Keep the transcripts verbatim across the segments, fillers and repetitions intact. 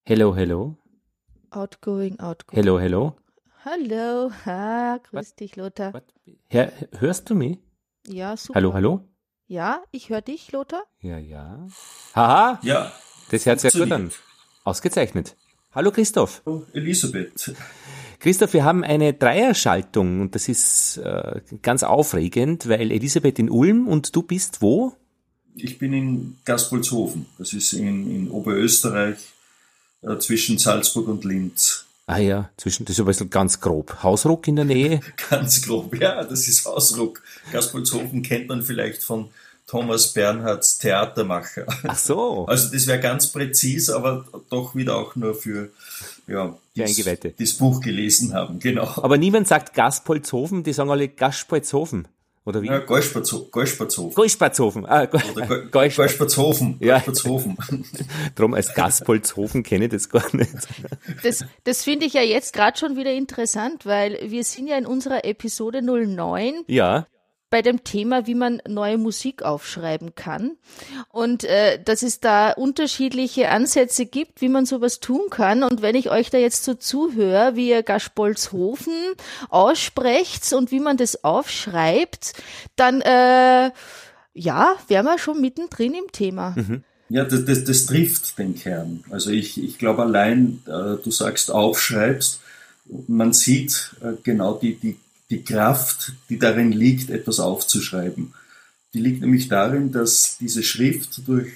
Hello, hello. Outgoing, outgoing. Hello, hello. Hallo, ha, grüß What? dich, Lothar. What? Hör, hörst du mich? Ja, super. Hallo, hallo? Ja, ich höre dich, Lothar. Ja, ja. Haha, Ja, das hört sich ja gut an. funktioniert. Ausgezeichnet. Hallo Christoph. Oh, Elisabeth. Christoph, wir haben eine Dreierschaltung und das ist äh, ganz aufregend, weil Elisabeth in Ulm und du bist wo? Ich bin in Gaspolzhofen. Das ist in, in Oberösterreich äh, zwischen Salzburg und Linz. Ah ja, zwischen, das ist ein bisschen ganz grob. Hausruck in der Nähe? Ganz grob, ja, das ist Ausruck. Gaspolzhofen kennt man vielleicht von Thomas Bernhards Theatermacher. Ach so. Also das wäre ganz präzis, aber doch wieder auch nur für, ja, Die die's- Eingeweihte. das Buch gelesen haben, genau. Aber niemand sagt Gaspolzhofen, die sagen alle Gaspolzhofen. Oder wie? Ja, Golspatzhofen. Golspatzhofen. Golspazhofen. Ah, Go- Oder Go- Golsp- Golspatzhofen. Ja. Golspatzhofen. Drum als Gaspolzhofen kenne ich das gar nicht. Das, das finde ich ja jetzt gerade schon wieder interessant, weil wir sind ja in unserer Episode null neun Ja, bei dem Thema, wie man neue Musik aufschreiben kann. Und äh, dass es da unterschiedliche Ansätze gibt, wie man sowas tun kann. Und wenn ich euch da jetzt so zuhöre, wie ihr Gaspolzhofen aussprecht und wie man das aufschreibt, dann äh, ja, wären wir schon mittendrin im Thema. Ja, das, das, das trifft den Kern. Also ich, ich glaube allein, äh, du sagst aufschreibst, man sieht äh, genau die, die, die Kraft, die darin liegt, etwas aufzuschreiben. Die liegt nämlich darin, dass diese Schrift durch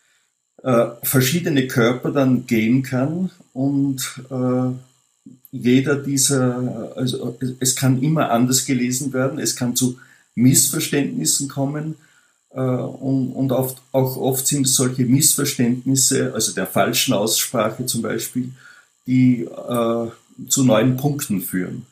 äh, verschiedene Körper dann gehen kann und äh, jeder dieser, also es kann immer anders gelesen werden, es kann zu Missverständnissen kommen. Äh, Und, und oft, auch oft sind es solche Missverständnisse, also der falschen Aussprache zum Beispiel, die äh, zu neuen Punkten führen.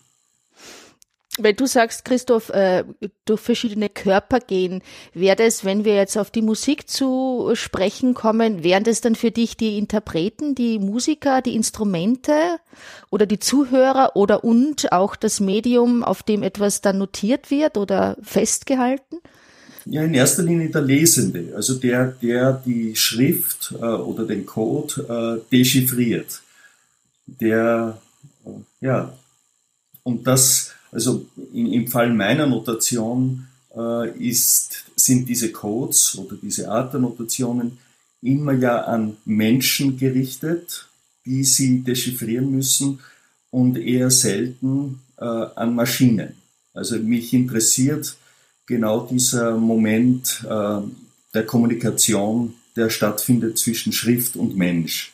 Weil du sagst, Christoph, äh, durch verschiedene Körper gehen, wäre das, wenn wir jetzt auf die Musik zu sprechen kommen, wären das dann für dich die Interpreten, die Musiker, die Instrumente oder die Zuhörer oder und auch das Medium, auf dem etwas dann notiert wird oder festgehalten? Ja, in erster Linie der Lesende, also der, der die Schrift äh, oder den Code äh, dechiffriert. Der, äh, ja, und das, also in, im Fall meiner Notation äh, ist, sind diese Codes oder diese Art der Notationen immer ja an Menschen gerichtet, die sie dechiffrieren müssen und eher selten äh, an Maschinen. Also mich interessiert genau dieser Moment äh, der Kommunikation, der stattfindet zwischen Schrift und Mensch.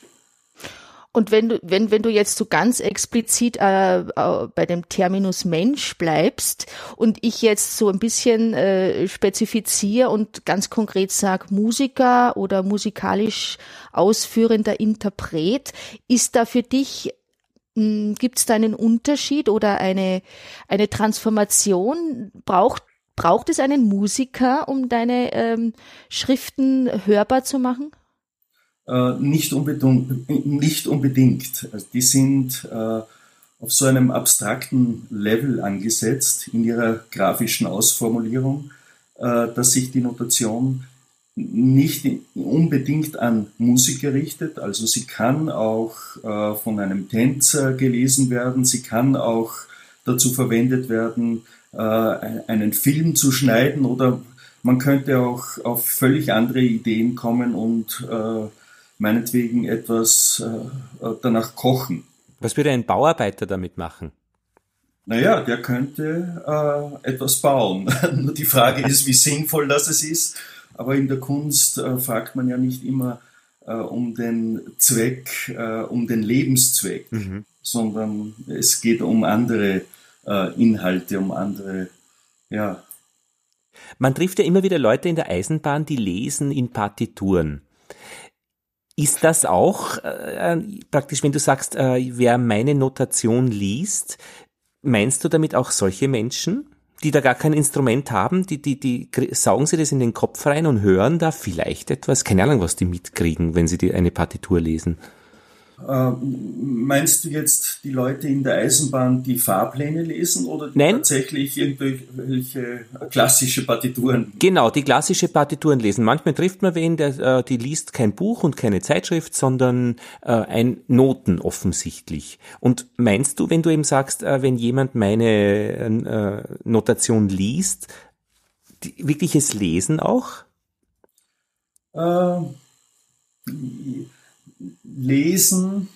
Und wenn du, wenn, wenn du jetzt so ganz explizit äh, äh, bei dem Terminus Mensch bleibst und ich jetzt so ein bisschen äh, spezifiziere und ganz konkret sage Musiker oder musikalisch ausführender Interpret, ist da für dich, gibt es da einen Unterschied oder eine, eine Transformation? Braucht, braucht es einen Musiker, um deine ähm, Schriften hörbar zu machen? Äh, nicht unbedingt, nicht unbedingt. Also die sind äh, auf so einem abstrakten Level angesetzt in ihrer grafischen Ausformulierung, äh, dass sich die Notation nicht unbedingt an Musiker richtet. Also sie kann auch äh, von einem Tänzer gelesen werden, sie kann auch dazu verwendet werden, äh, einen Film zu schneiden, oder man könnte auch auf völlig andere Ideen kommen und äh, meinetwegen etwas äh, danach kochen. was würde ein Bauarbeiter damit machen? Naja, der könnte äh, etwas bauen. Nur die Frage ist, wie sinnvoll das es ist. Aber in der Kunst äh, fragt man ja nicht immer äh, um den Zweck, äh, um den Lebenszweck, Mhm. sondern es geht um andere äh, Inhalte, um andere, ja. Man trifft ja immer wieder Leute in der Eisenbahn, die lesen in Partituren. Ist das auch äh, praktisch, wenn du sagst, äh, wer meine Notation liest, meinst du damit auch solche Menschen, die da gar kein Instrument haben, die, die, die krie- saugen sie das in den Kopf rein und hören da vielleicht etwas, keine Ahnung, was die mitkriegen, wenn sie die, eine Partitur lesen? Äh, meinst du jetzt die Leute in der Eisenbahn, die Fahrpläne lesen oder Nein. tatsächlich irgendwelche klassische Partituren? Genau, die klassische Partituren lesen. Manchmal trifft man wen, der äh, die liest kein Buch und keine Zeitschrift, sondern äh, ein Noten offensichtlich. Und meinst du, wenn du eben sagst, äh, wenn jemand meine äh, Notation liest, die, wirkliches Lesen auch? Äh, Lesen,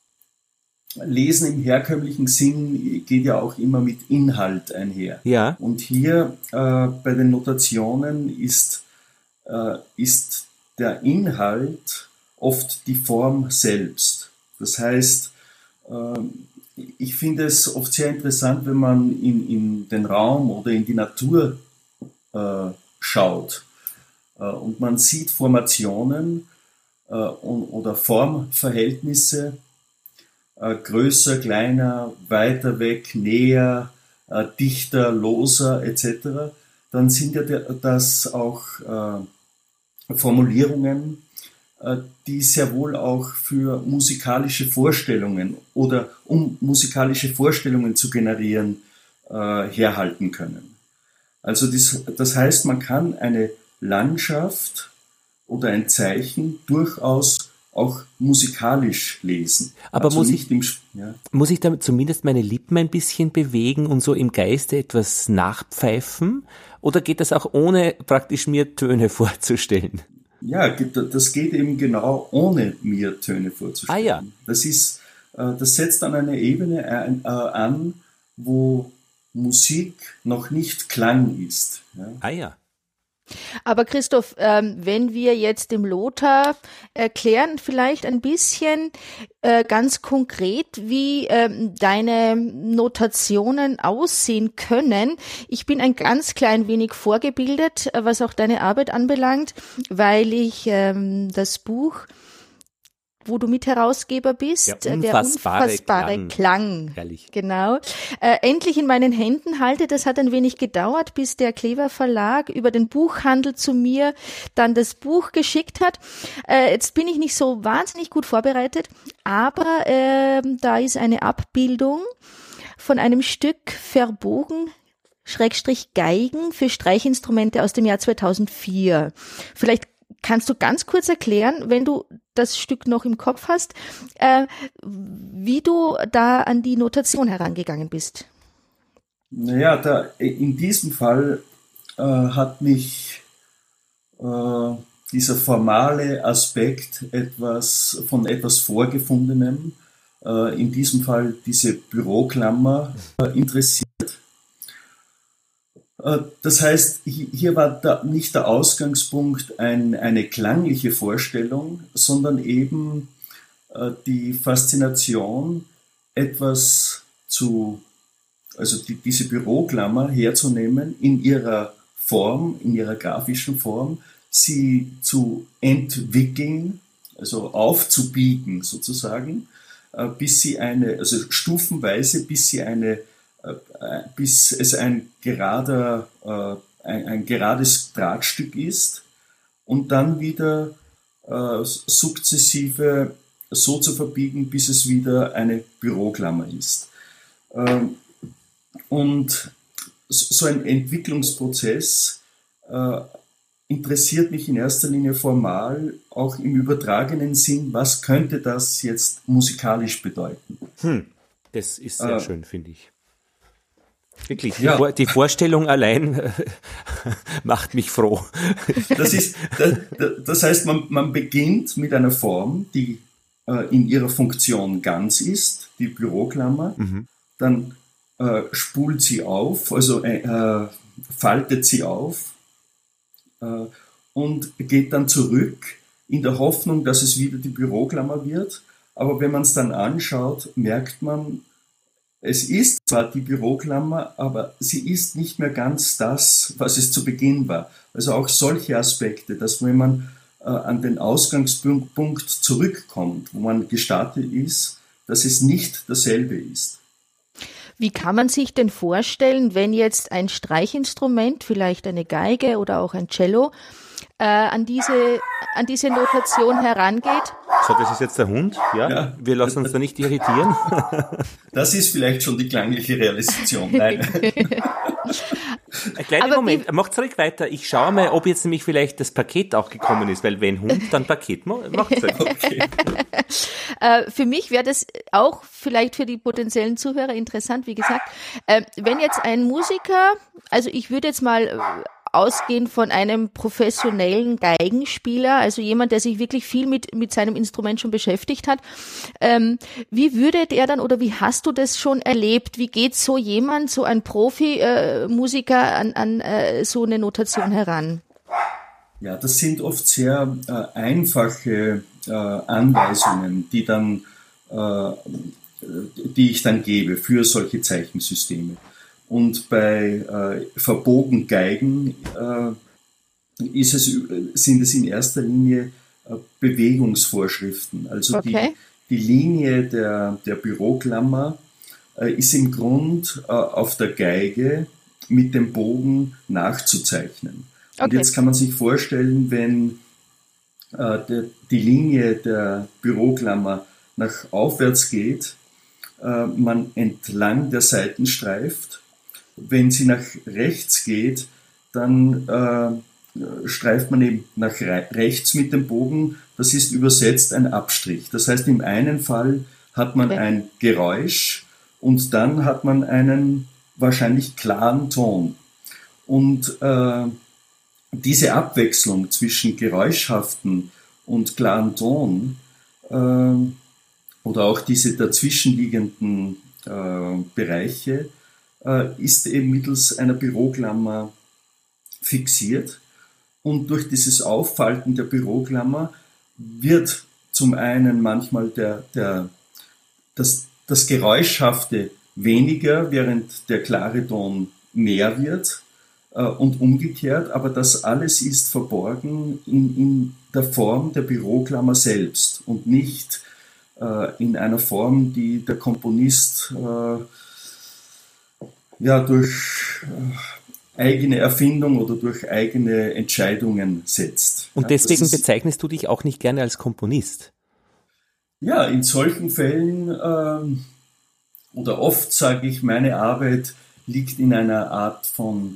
Lesen im herkömmlichen Sinn geht ja auch immer mit Inhalt einher. Ja. Und hier äh, bei den Notationen ist, äh, ist der Inhalt oft die Form selbst. Das heißt, äh, ich finde es oft sehr interessant, wenn man in, in den Raum oder in die Natur äh, schaut äh, und man sieht Formationen, oder Formverhältnisse, äh, größer, kleiner, weiter weg, näher, äh, dichter, loser et cetera, dann sind ja das auch äh, Formulierungen, äh, die sehr wohl auch für musikalische Vorstellungen oder um musikalische Vorstellungen zu generieren, äh, herhalten können. Also das, das heißt, man kann eine Landschaft oder ein Zeichen durchaus auch musikalisch lesen. Aber also muss, nicht ich, im, ja. muss ich damit zumindest meine Lippen ein bisschen bewegen und so im Geiste etwas nachpfeifen? Oder geht das auch ohne praktisch mir Töne vorzustellen? Ja, das geht eben genau ohne mir Töne vorzustellen. Ah ja. Das ist, das setzt an eine Ebene an, wo Musik noch nicht Klang ist. Ja. Ah ja. Aber Christoph, ähm, wenn wir jetzt dem Lothar erklären, vielleicht ein bisschen äh, ganz konkret, wie ähm, deine Notationen aussehen können. Ich bin ein ganz klein wenig vorgebildet, was auch deine Arbeit anbelangt, weil ich ähm, das Buch, wo du Mitherausgeber bist, der der unfassbare, unfassbare Klang, Klang. Herrlich. Genau, äh, endlich in meinen Händen halte. Das hat ein wenig gedauert, bis der Klever Verlag über den Buchhandel zu mir dann das Buch geschickt hat. Äh, jetzt bin ich nicht so wahnsinnig gut vorbereitet, aber äh, da ist eine Abbildung von einem Stück Verbogen Schrägstrich Geigen für Streichinstrumente aus dem Jahr zweitausendvier. Vielleicht kannst du ganz kurz erklären, wenn du das Stück noch im Kopf hast, äh, wie du da an die Notation herangegangen bist? Naja, da, in diesem Fall äh, hat mich äh, dieser formale Aspekt etwas von etwas Vorgefundenem, äh, in diesem Fall diese Büroklammer, äh, interessiert. Das heißt, hier war da nicht der Ausgangspunkt ein, eine klangliche Vorstellung, sondern eben äh, die Faszination, etwas zu, also die, diese Büroklammer herzunehmen in ihrer Form, in ihrer grafischen Form, sie zu entwickeln, also aufzubiegen sozusagen, äh, bis sie eine, also stufenweise, bis sie eine bis es ein gerader, äh, ein, ein gerades Drahtstück ist und dann wieder äh, sukzessive so zu verbiegen, bis es wieder eine Büroklammer ist. Ähm, und so ein Entwicklungsprozess äh, interessiert mich in erster Linie formal, auch im übertragenen Sinn, was könnte das jetzt musikalisch bedeuten? Hm, das ist sehr äh, schön, finde ich. Wirklich, die, ja. Vor- die Vorstellung allein äh, macht mich froh. Das ist, das, das heißt, man, man beginnt mit einer Form, die äh, in ihrer Funktion ganz ist, die Büroklammer, mhm. dann äh, spult sie auf, also äh, faltet sie auf äh, und geht dann zurück in der Hoffnung, dass es wieder die Büroklammer wird. Aber wenn man es dann anschaut, merkt man, es ist zwar die Büroklammer, aber sie ist nicht mehr ganz das, was es zu Beginn war. Also auch solche Aspekte, dass wenn man äh, an den Ausgangspunkt zurückkommt, wo man gestartet ist, dass es nicht dasselbe ist. Wie kann man sich denn vorstellen, wenn jetzt ein Streichinstrument, vielleicht eine Geige oder auch ein Cello, äh, an diese an diese Notation herangeht. So, das ist jetzt der Hund, ja? ja. Wir lassen uns da nicht irritieren. Das ist vielleicht schon die klangliche Realisation. Nein. Ein kleiner Moment, macht zurück weiter. Ich schaue mal, ob jetzt nämlich vielleicht das Paket auch gekommen ist, weil wenn Hund, dann Paket. Macht zurück. Okay. äh, für mich wäre das auch vielleicht für die potenziellen Zuhörer interessant, wie gesagt, äh, wenn jetzt ein Musiker, also ich würde jetzt mal äh, ausgehend von einem professionellen Geigenspieler, also jemand, der sich wirklich viel mit mit seinem Instrument schon beschäftigt hat. Ähm, wie würde der dann oder wie hast du das schon erlebt? Wie geht so jemand, so ein Profi-Musiker äh, an, an äh, so eine Notation heran? Ja, das sind oft sehr äh, einfache äh, Anweisungen, die dann, äh, die ich dann gebe für solche Zeichensysteme. Und bei äh, verbogen Geigen äh, ist es, sind es in erster Linie äh, Bewegungsvorschriften. Also okay. die, die Linie der, der Büroklammer äh, ist im Grund äh, auf der Geige mit dem Bogen nachzuzeichnen. Okay. Und jetzt kann man sich vorstellen, wenn äh, der, die Linie der Büroklammer nach aufwärts geht, äh, man entlang der Saiten streift. Wenn sie nach rechts geht, dann äh, streift man eben nach re- rechts mit dem Bogen. Das ist übersetzt ein Abstrich. Das heißt, im einen Fall hat man okay. ein Geräusch und dann hat man einen wahrscheinlich klaren Ton. Und äh, diese Abwechslung zwischen geräuschhaften und klaren Ton äh, oder auch diese dazwischenliegenden äh, Bereiche ist eben mittels einer Büroklammer fixiert. Und durch dieses Auffalten der Büroklammer wird zum einen manchmal der, der, das, das Geräuschhafte weniger, während der klare Ton mehr wird äh, und umgekehrt. Aber das alles ist verborgen in, in der Form der Büroklammer selbst und nicht äh, in einer Form, die der Komponist äh, ja, durch äh, eigene Erfindung oder durch eigene Entscheidungen setzt. Und ja, deswegen ist, bezeichnest du dich auch nicht gerne als Komponist? Ja, in solchen Fällen äh, oder oft sage ich, meine Arbeit liegt in einer Art von,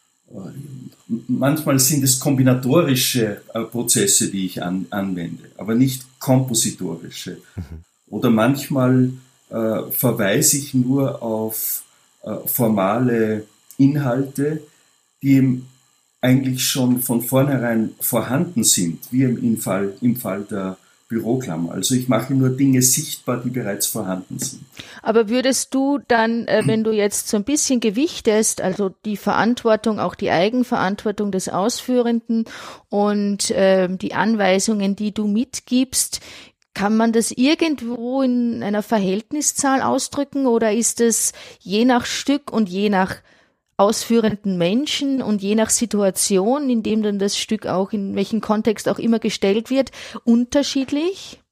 äh, manchmal sind es kombinatorische äh, Prozesse, die ich an, anwende, aber nicht kompositorische. Mhm. Oder manchmal äh, verweise ich nur auf formale Inhalte, die eigentlich schon von vornherein vorhanden sind, wie im Fall, im Fall der Büroklammer. Also ich mache nur Dinge sichtbar, die bereits vorhanden sind. Aber würdest du dann, äh, wenn du jetzt so ein bisschen gewichtest, also die Verantwortung, auch die Eigenverantwortung des Ausführenden und äh, die Anweisungen, die du mitgibst, kann man das irgendwo in einer Verhältniszahl ausdrücken oder ist es je nach Stück und je nach ausführenden Menschen und je nach Situation, in dem dann das Stück auch, in welchem Kontext auch immer gestellt wird, unterschiedlich?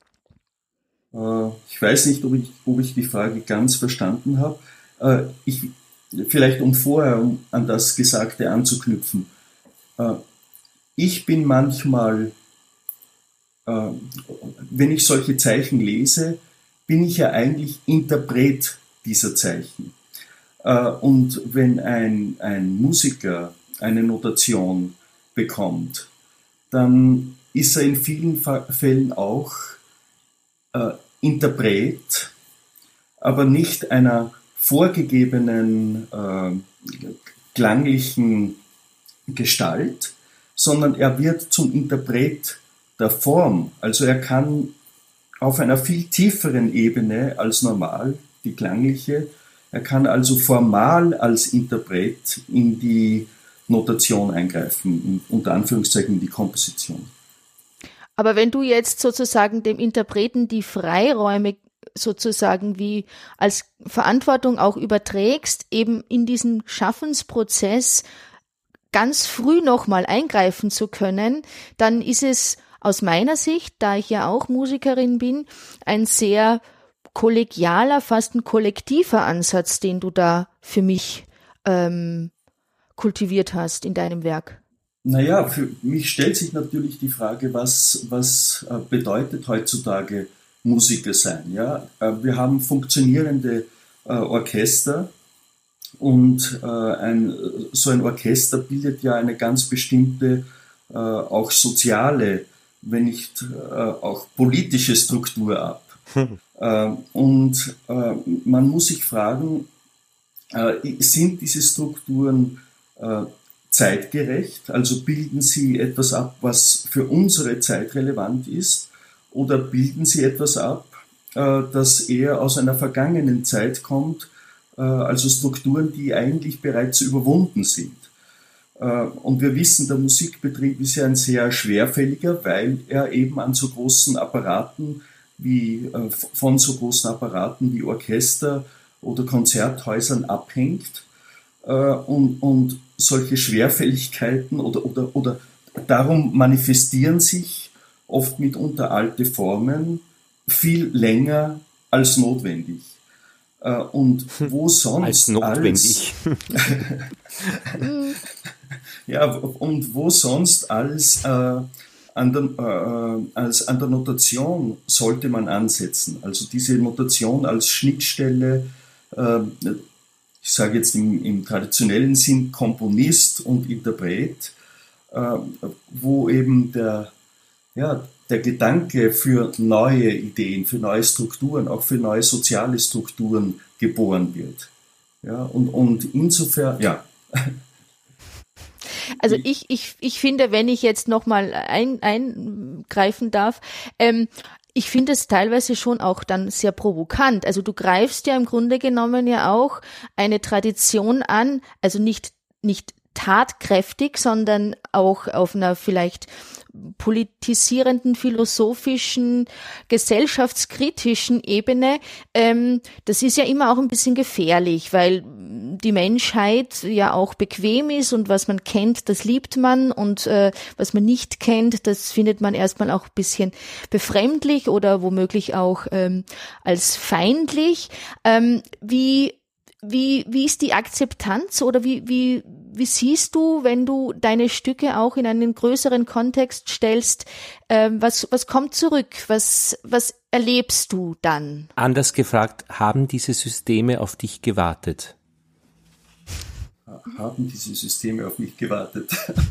Äh, ich weiß nicht, ob ich, ob ich die Frage ganz verstanden habe. Äh, ich, vielleicht um vorher um an das Gesagte anzuknüpfen. Äh, ich bin manchmal wenn ich solche Zeichen lese, bin ich ja eigentlich Interpret dieser Zeichen. Und wenn ein, ein Musiker eine Notation bekommt, dann ist er in vielen Fällen auch äh, Interpret, aber nicht einer vorgegebenen äh, klanglichen Gestalt, sondern er wird zum Interpret der Form. Also er kann auf einer viel tieferen Ebene als normal, die klangliche, er kann also formal als Interpret in die Notation eingreifen, unter Anführungszeichen in die Komposition. Aber wenn du jetzt sozusagen dem Interpreten die Freiräume sozusagen wie als Verantwortung auch überträgst, eben in diesen Schaffensprozess ganz früh nochmal eingreifen zu können, dann ist es aus meiner Sicht, da ich ja auch Musikerin bin, ein sehr kollegialer, fast ein kollektiver Ansatz, den du da für mich ähm, kultiviert hast in deinem Werk. Naja, für mich stellt sich natürlich die Frage, was, was äh, bedeutet heutzutage Musiker sein? Ja? Äh, wir haben funktionierende äh, Orchester und äh, ein, so ein Orchester bildet ja eine ganz bestimmte, äh, auch soziale, wenn nicht äh, auch politische Struktur ab. Hm. Äh, und äh, man muss sich fragen, äh, sind diese Strukturen äh, zeitgerecht, also bilden sie etwas ab, was für unsere Zeit relevant ist, oder bilden sie etwas ab, äh, das eher aus einer vergangenen Zeit kommt, äh, also Strukturen, die eigentlich bereits überwunden sind. Äh, und wir wissen, der Musikbetrieb ist ja ein sehr schwerfälliger, weil er eben an so großen Apparaten wie, äh, von so großen Apparaten wie Orchester oder Konzerthäusern abhängt. Und, und solche Schwerfälligkeiten oder, oder, oder darum manifestieren sich oft mitunter alte Formen viel länger als notwendig. Und wo sonst als notwendig. Als, ja, und wo sonst als, äh, an der, äh, als an der Notation sollte man ansetzen. Also diese Notation als Schnittstelle, äh, ich sage jetzt im, im traditionellen Sinn Komponist und Interpret, äh, wo eben der, ja, der Gedanke für neue Ideen, für neue Strukturen, auch für neue soziale Strukturen geboren wird. Ja, und, und insofern, ja. Also ich, ich, ich finde, wenn ich jetzt nochmal ein, eingreifen darf, ähm, ich finde es teilweise schon auch dann sehr provokant. Also du greifst ja im Grunde genommen ja auch eine Tradition an, also nicht, nicht tatkräftig, sondern auch auf einer vielleicht politisierenden, philosophischen, gesellschaftskritischen Ebene. Ähm, das ist ja immer auch ein bisschen gefährlich, weil die Menschheit ja auch bequem ist und was man kennt, das liebt man und äh, was man nicht kennt, das findet man erstmal auch ein bisschen befremdlich oder womöglich auch ähm, als feindlich. Ähm, wie Wie, wie ist die Akzeptanz oder wie, wie, wie siehst du, wenn du deine Stücke auch in einen größeren Kontext stellst, ähm, was, was kommt zurück? Was, was erlebst du dann? Anders gefragt, haben diese Systeme auf dich gewartet? Haben diese Systeme auf mich gewartet?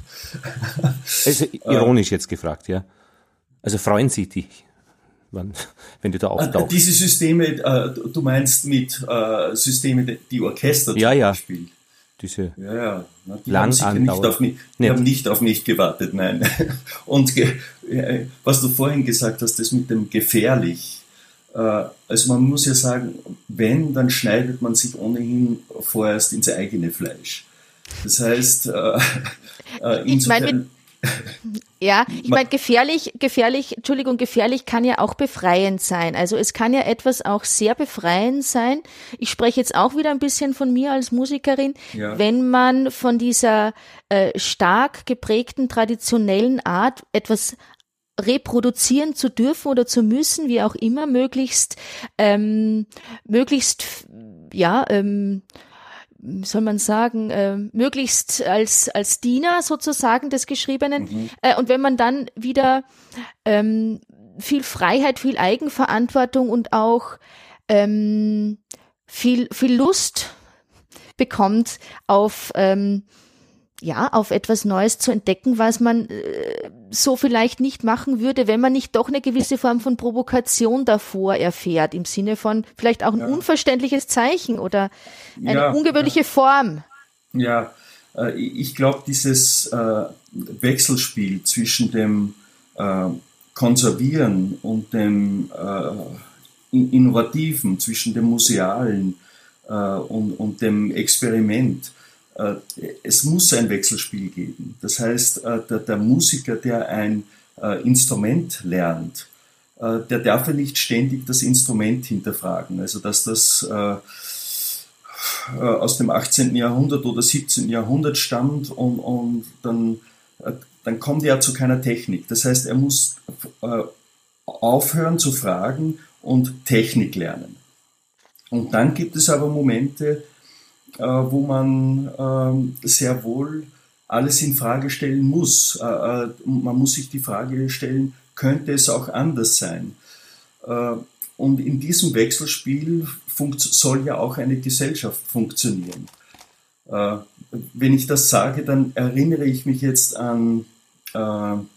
Also ironisch jetzt gefragt, ja. Also freuen sie dich? Wenn du da auftauchst. Diese Systeme, äh, du meinst mit äh, Systeme, die Orchester zum ja, ja. Beispiel. Diese ja, ja. Na, die lang haben sicher nicht auf mich, die nicht. haben nicht auf mich gewartet, nein. Und ge- äh, was du vorhin gesagt hast, das mit dem gefährlich. Äh, also man muss ja sagen, wenn, dann schneidet man sich ohnehin vorerst ins eigene Fleisch. Das heißt, äh, äh, insofern... Ja, ich meine, gefährlich, gefährlich, Entschuldigung, gefährlich kann ja auch befreiend sein. Also es kann ja etwas auch sehr befreiend sein. Ich spreche jetzt auch wieder ein bisschen von mir als Musikerin, ja. Wenn man von dieser äh, stark geprägten traditionellen Art etwas reproduzieren zu dürfen oder zu müssen, wie auch immer, möglichst, ähm, möglichst, ja, ähm, soll man sagen, äh, möglichst als als Diener sozusagen des Geschriebenen. Mhm. Äh, und wenn man dann wieder ähm, viel Freiheit, viel Eigenverantwortung und auch ähm, viel viel Lust bekommt auf ähm, ja auf etwas Neues zu entdecken, was man äh, so vielleicht nicht machen würde, wenn man nicht doch eine gewisse Form von Provokation davor erfährt, im Sinne von vielleicht auch ein ja. unverständliches Zeichen oder eine ja, ungewöhnliche ja. Form. Ja, äh, ich glaube, dieses äh, Wechselspiel zwischen dem äh, Konservieren und dem äh, Innovativen, zwischen dem Musealen äh, und, und dem Experiment, es muss ein Wechselspiel geben. Das heißt, der, der Musiker, der ein äh, Instrument lernt, äh, der darf ja nicht ständig das Instrument hinterfragen. Also dass das äh, aus dem achtzehnten Jahrhundert oder siebzehnten Jahrhundert stammt und, und dann, äh, dann kommt er zu keiner Technik. Das heißt, er muss äh, aufhören zu fragen und Technik lernen. Und dann gibt es aber Momente, wo man ähm, sehr wohl alles in Frage stellen muss. Äh, man muss sich die Frage stellen, könnte es auch anders sein? Äh, und in diesem Wechselspiel funkt, soll ja auch eine Gesellschaft funktionieren. Äh, wenn ich das sage, dann erinnere ich mich jetzt an, äh, an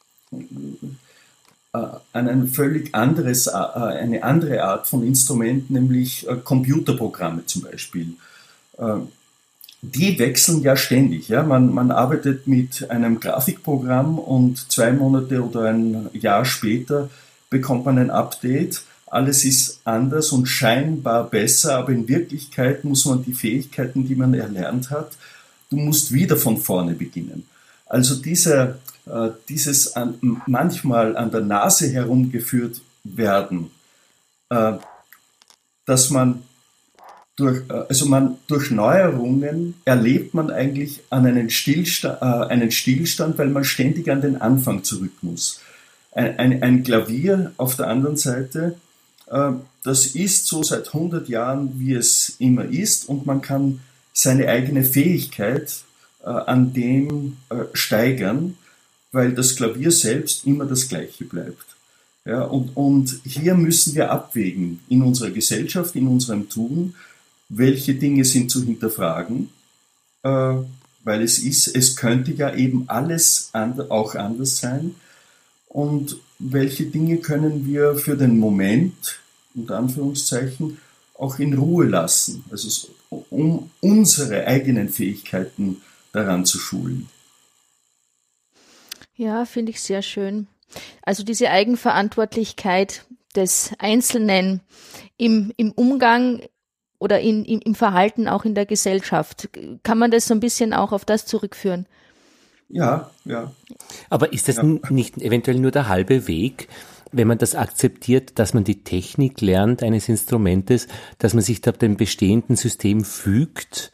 ein völlig anderes, äh, eine andere Art von Instrument, nämlich äh, Computerprogramme zum Beispiel. Äh, die wechseln ja ständig. Ja? Man, man arbeitet mit einem Grafikprogramm und zwei Monate oder ein Jahr später bekommt man ein Update. Alles ist anders und scheinbar besser, aber in Wirklichkeit muss man die Fähigkeiten, die man erlernt hat, du musst wieder von vorne beginnen. Also dieser, äh, dieses an, manchmal an der Nase herumgeführt werden, äh, dass man durch, äh, also man durch Neuerungen erlebt man eigentlich an einen Stillstand, äh, einen Stillstand, weil man ständig an den Anfang zurück muss. Ein, ein, ein Klavier auf der anderen Seite, das ist so seit hundert Jahren, wie es immer ist, und man kann seine eigene Fähigkeit äh, an dem äh, steigern, weil das Klavier selbst immer das Gleiche bleibt. Ja, und, und hier müssen wir abwägen in unserer Gesellschaft, in unserem Tun, welche Dinge sind zu hinterfragen, äh, weil es ist, es könnte ja eben alles and, auch anders sein, und welche Dinge können wir für den Moment, unter Anführungszeichen, auch in Ruhe lassen, also um unsere eigenen Fähigkeiten daran zu schulen. Ja, finde ich sehr schön. Also diese Eigenverantwortlichkeit des Einzelnen im, im Umgang oder in, im, im Verhalten auch in der Gesellschaft. Kann man das so ein bisschen auch auf das zurückführen? Ja, ja. Aber ist das ja. nicht eventuell nur der halbe Weg, wenn man das akzeptiert, dass man die Technik lernt eines Instrumentes, dass man sich da dem bestehenden System fügt?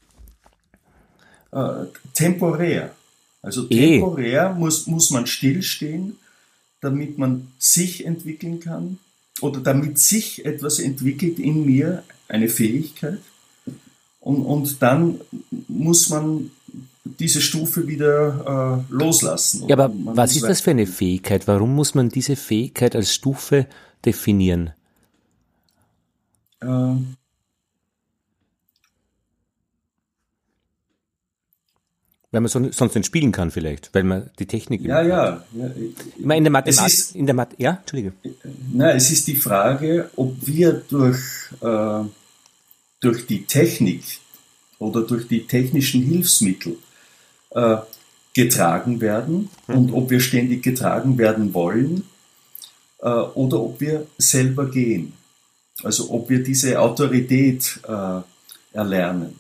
Äh, temporär. Also temporär e. muss, muss man stillstehen, damit man sich entwickeln kann oder damit sich etwas entwickelt in mir, eine Fähigkeit. Und, und dann muss man diese Stufe wieder äh, loslassen. Ja, aber was ist das für eine Fähigkeit? Warum muss man diese Fähigkeit als Stufe definieren? Äh, Weil man so, sonst nicht spielen kann vielleicht, weil man die Technik... Ja, ja. ja ich meine, in der Mathematik... In der Math- ja, Entschuldige. Nein, es ist die Frage, ob wir durch, äh, durch die Technik oder durch die technischen Hilfsmittel äh, getragen werden mhm. und ob wir ständig getragen werden wollen äh, oder ob wir selber gehen. Also ob wir diese Autorität äh, erlernen.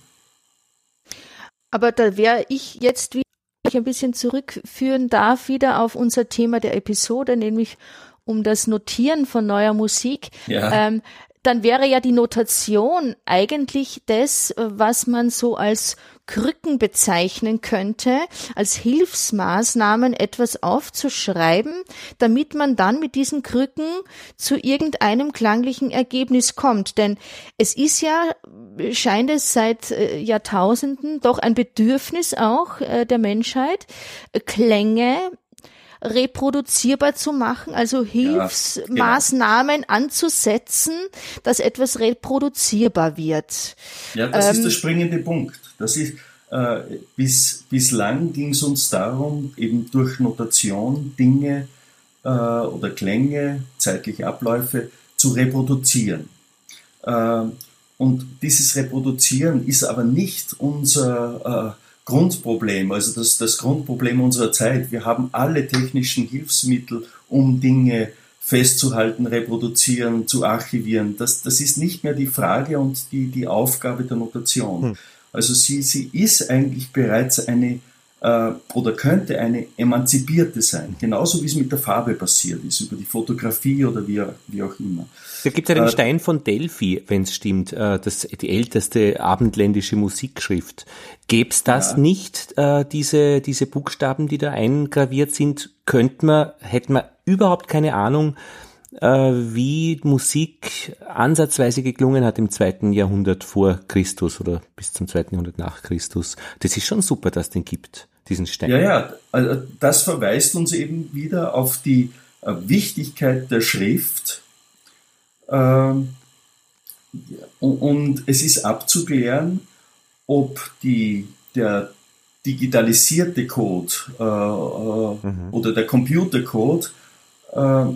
Aber da wäre ich jetzt, wie ich ein bisschen zurückführen darf, wieder auf unser Thema der Episode, nämlich um das Notieren von neuer Musik. Ja. Ähm, dann wäre ja die Notation eigentlich das, was man so als Krücken bezeichnen könnte, als Hilfsmaßnahmen etwas aufzuschreiben, damit man dann mit diesen Krücken zu irgendeinem klanglichen Ergebnis kommt. Denn es ist ja, scheint es seit äh, Jahrtausenden doch ein Bedürfnis auch äh, der Menschheit, Klänge reproduzierbar zu machen, also Hilfsmaßnahmen ja, genau. anzusetzen, dass etwas reproduzierbar wird. Ja, das ähm, ist der springende Punkt. Das ist, äh, bis, bislang ging es uns darum, eben durch Notation Dinge äh, oder Klänge, zeitliche Abläufe zu reproduzieren. Äh, und dieses Reproduzieren ist aber nicht unser äh, Grundproblem, also das, das Grundproblem unserer Zeit. Wir haben alle technischen Hilfsmittel, um Dinge festzuhalten, reproduzieren, zu archivieren. Das, das ist nicht mehr die Frage und die, die Aufgabe der Notation. Hm. Also sie, sie ist eigentlich bereits eine äh, oder könnte eine emanzipierte sein, genauso wie es mit der Farbe passiert ist, über die Fotografie oder wie, wie auch immer. Da gibt es ja den äh, Stein von Delphi, wenn es stimmt, äh, das, die älteste abendländische Musikschrift. Gäbe es das ja. nicht, äh, diese, diese Buchstaben, die da eingraviert sind, könnte man, hätte man überhaupt keine Ahnung, äh, wie Musik ansatzweise geklungen hat im zweiten Jahrhundert vor Christus oder bis zum zweiten Jahrhundert nach Christus. Das ist schon super, dass es den gibt, diesen Stein. Ja, ja, also das verweist uns eben wieder auf die äh, Wichtigkeit der Schrift. Ähm, und es ist abzuklären, ob die, der digitalisierte Code äh, mhm. oder der Computercode, äh,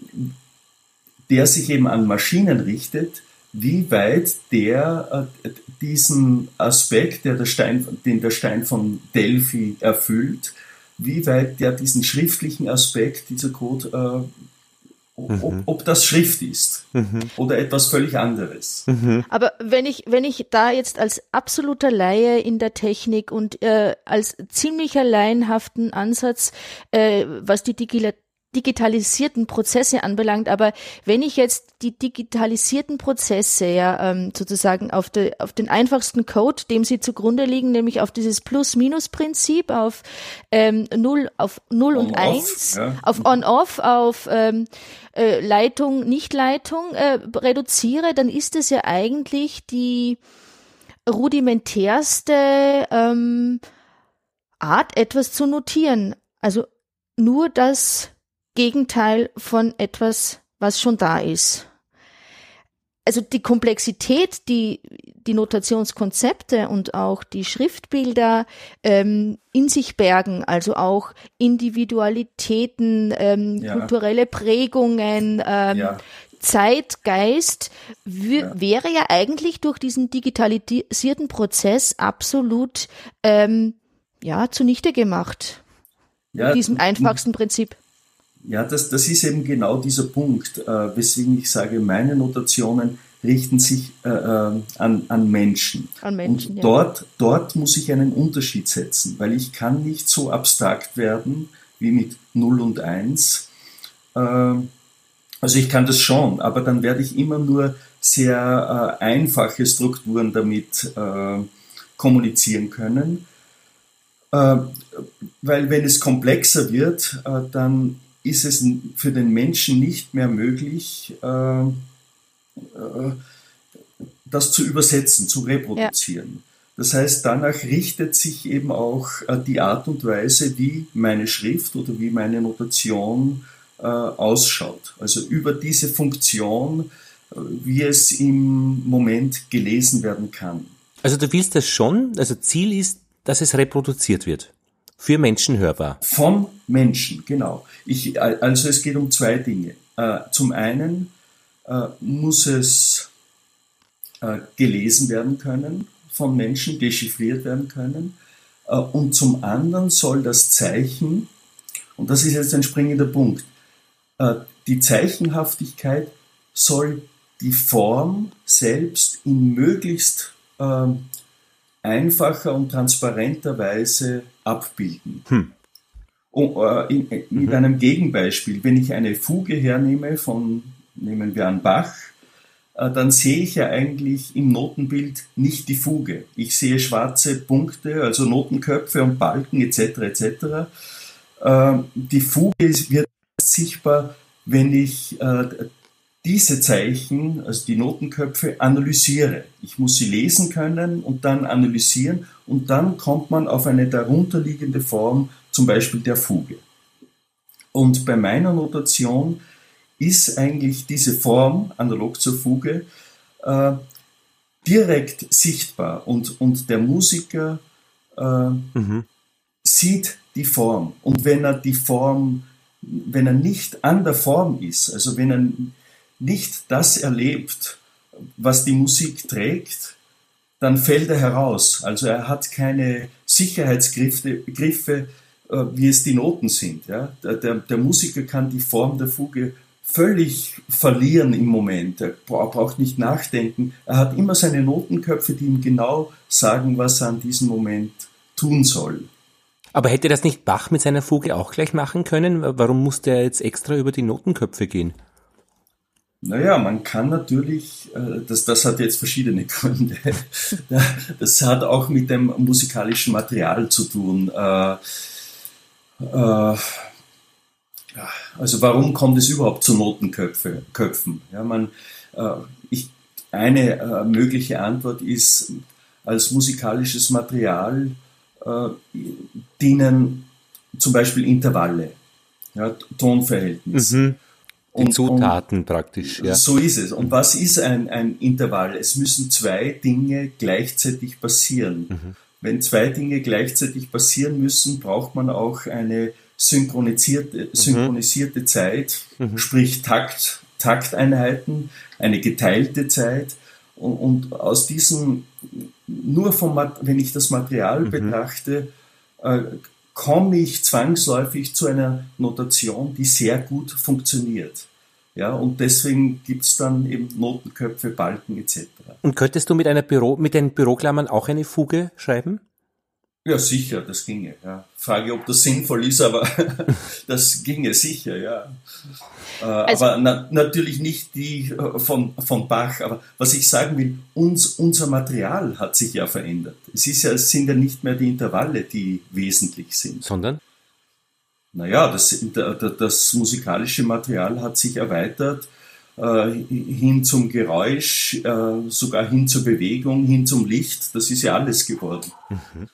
der sich eben an Maschinen richtet, wie weit der äh, diesen Aspekt, der der Stein, den der Stein von Delphi erfüllt, wie weit der diesen schriftlichen Aspekt, dieser Code, äh, ob, mhm. ob das Schrift ist mhm. oder etwas völlig anderes. Mhm. Aber wenn ich, wenn ich da jetzt als absoluter Laie in der Technik und äh, als ziemlicher laienhaften Ansatz, äh, was die Digi- digitalisierten Prozesse anbelangt, aber wenn ich jetzt die digitalisierten Prozesse ja ähm, sozusagen auf, de, auf den einfachsten Code, dem sie zugrunde liegen, nämlich auf dieses Plus-Minus-Prinzip, auf ähm, null, auf null und eins, ja. auf On-Off, auf ähm, äh, Leitung, Nicht-Leitung äh, reduziere, dann ist es ja eigentlich die rudimentärste ähm, Art, etwas zu notieren. Also nur das Gegenteil von etwas, was schon da ist. Also die Komplexität, die die Notationskonzepte und auch die Schriftbilder ähm, in sich bergen, also auch Individualitäten, ähm, ja. kulturelle Prägungen, ähm, ja. Zeitgeist, w- ja. wäre ja eigentlich durch diesen digitalisierten Prozess absolut ähm, ja zunichte gemacht. Ja, mit diesem einfachsten Prinzip. Ja, das, das ist eben genau dieser Punkt, äh, weswegen ich sage, meine Notationen richten sich äh, äh, an, an Menschen. An Menschen, Und ja. dort, dort muss ich einen Unterschied setzen, weil ich kann nicht so abstrakt werden wie mit null und eins. Äh, also ich kann das schon, aber dann werde ich immer nur sehr äh, einfache Strukturen damit äh, kommunizieren können. Äh, weil wenn es komplexer wird, äh, dann ist es für den Menschen nicht mehr möglich, äh, äh, das zu übersetzen, zu reproduzieren. Ja. Das heißt, danach richtet sich eben auch äh, die Art und Weise, wie meine Schrift oder wie meine Notation äh, ausschaut. Also über diese Funktion, äh, wie es im Moment gelesen werden kann. Also du willst das schon, also Ziel ist, dass es reproduziert wird. Für Menschen hörbar. Von Menschen, genau. Ich, also es geht um zwei Dinge. Äh, zum einen äh, muss es äh, gelesen werden können, von Menschen dechiffriert werden können. Äh, und zum anderen soll das Zeichen, und das ist jetzt ein springender Punkt, äh, die Zeichenhaftigkeit soll die Form selbst in möglichst äh, einfacher und transparenter Weise abbilden. Hm. Und, äh, in, in, mit mhm. einem Gegenbeispiel, wenn ich eine Fuge hernehme von, nehmen wir an Bach, äh, dann sehe ich ja eigentlich im Notenbild nicht die Fuge. Ich sehe schwarze Punkte, also Notenköpfe und Balken et cetera et cetera. Äh, die Fuge wird sichtbar, wenn ich äh, diese Zeichen, also die Notenköpfe, analysiere. Ich muss sie lesen können und dann analysieren und dann kommt man auf eine darunterliegende Form, zum Beispiel der Fuge. Und bei meiner Notation ist eigentlich diese Form, analog zur Fuge, äh, direkt sichtbar und, und der Musiker äh, mhm. sieht die Form. Und wenn er die Form, wenn er nicht an der Form ist, also wenn er nicht das erlebt, was die Musik trägt, dann fällt er heraus. Also er hat keine Sicherheitsgriffe, Griffe, äh, wie es die Noten sind. Ja? Der, der, der Musiker kann die Form der Fuge völlig verlieren im Moment. Er braucht nicht nachdenken. Er hat immer seine Notenköpfe, die ihm genau sagen, was er an diesem Moment tun soll. Aber hätte das nicht Bach mit seiner Fuge auch gleich machen können? Warum musste er jetzt extra über die Notenköpfe gehen? Naja, man kann natürlich, das, das hat jetzt verschiedene Gründe. Das hat auch mit dem musikalischen Material zu tun. Also Also warum kommt es überhaupt zu Notenköpfen? Ja, man, äh, ich, eine äh, mögliche Antwort ist, als musikalisches Material äh, dienen zum Beispiel Intervalle, ja, Tonverhältnis. Mhm. Die und, Zutaten und praktisch, ja. So ist es. Und was ist ein, ein Intervall? Es müssen zwei Dinge gleichzeitig passieren. Mhm. Wenn zwei Dinge gleichzeitig passieren müssen, braucht man auch eine synchronisierte, synchronisierte mhm. Zeit, mhm. sprich Takt, Takteinheiten, eine geteilte Zeit. Und, und aus diesem, nur vom, wenn ich das Material mhm. betrachte, äh, komme ich zwangsläufig zu einer Notation, die sehr gut funktioniert. Ja, und deswegen gibt's dann eben Notenköpfe, Balken et cetera. Und könntest du mit einer Büro, mit den Büroklammern auch eine Fuge schreiben? Ja, sicher, das ginge. Ja. Frage, ob das sinnvoll ist, aber das ginge sicher, ja. Also, aber na, natürlich nicht die von, von Bach. Aber was ich sagen will, uns, unser Material hat sich ja verändert. Es ist ja, es sind ja nicht mehr die Intervalle, die wesentlich sind. Sondern? Naja, das, das, das musikalische Material hat sich erweitert äh, hin zum Geräusch, äh, sogar hin zur Bewegung, hin zum Licht. Das ist ja alles geworden. Mhm.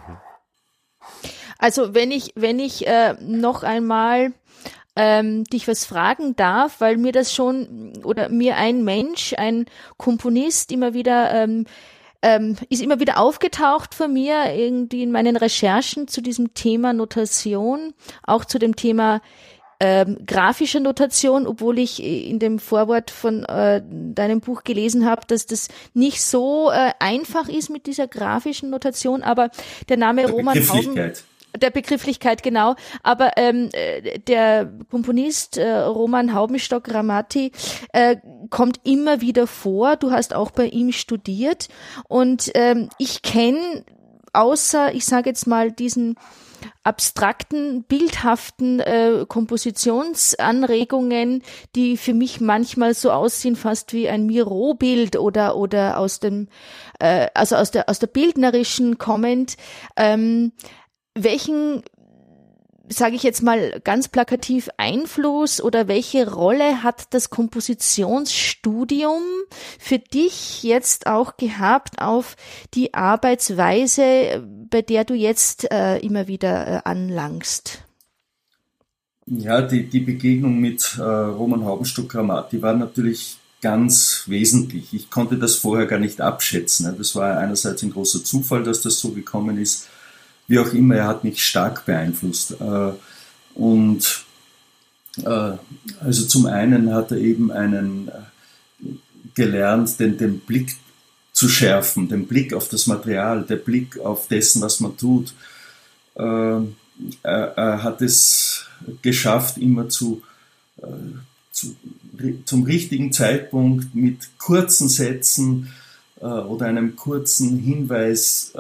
Also wenn ich, wenn ich äh, noch einmal ähm, dich was fragen darf, weil mir das schon, oder mir ein Mensch, ein Komponist immer wieder, ähm, ähm, ist immer wieder aufgetaucht von mir, irgendwie in meinen Recherchen zu diesem Thema Notation, auch zu dem Thema ähm, grafische Notation, obwohl ich in dem Vorwort von äh, deinem Buch gelesen habe, dass das nicht so äh, einfach ist mit dieser grafischen Notation, aber der Name Roman Hauben, der Begrifflichkeit, genau, aber ähm, der Komponist äh, Roman Haubenstock-Ramati äh, kommt immer wieder vor, du hast auch bei ihm studiert und ähm, ich kenne außer, ich sage jetzt mal, diesen abstrakten, bildhaften äh, Kompositionsanregungen, die für mich manchmal so aussehen, fast wie ein Miro-Bild oder oder aus dem, äh, also aus der aus der bildnerischen kommend. Ähm, welchen, sage ich jetzt mal ganz plakativ, Einfluss oder welche Rolle hat das Kompositionsstudium für dich jetzt auch gehabt auf die Arbeitsweise, bei der du jetzt äh, immer wieder äh, anlangst? Ja, die, die Begegnung mit äh, Roman Haubenstock-Ramati war natürlich ganz wesentlich. Ich konnte das vorher gar nicht abschätzen. Das war einerseits ein großer Zufall, dass das so gekommen ist. Wie auch immer, er hat mich stark beeinflusst. Und also zum einen hat er eben einen gelernt, den, den Blick zu schärfen, den Blick auf das Material, der Blick auf dessen, was man tut. Er, er hat es geschafft, immer zu, zu, zum richtigen Zeitpunkt mit kurzen Sätzen oder einem kurzen Hinweis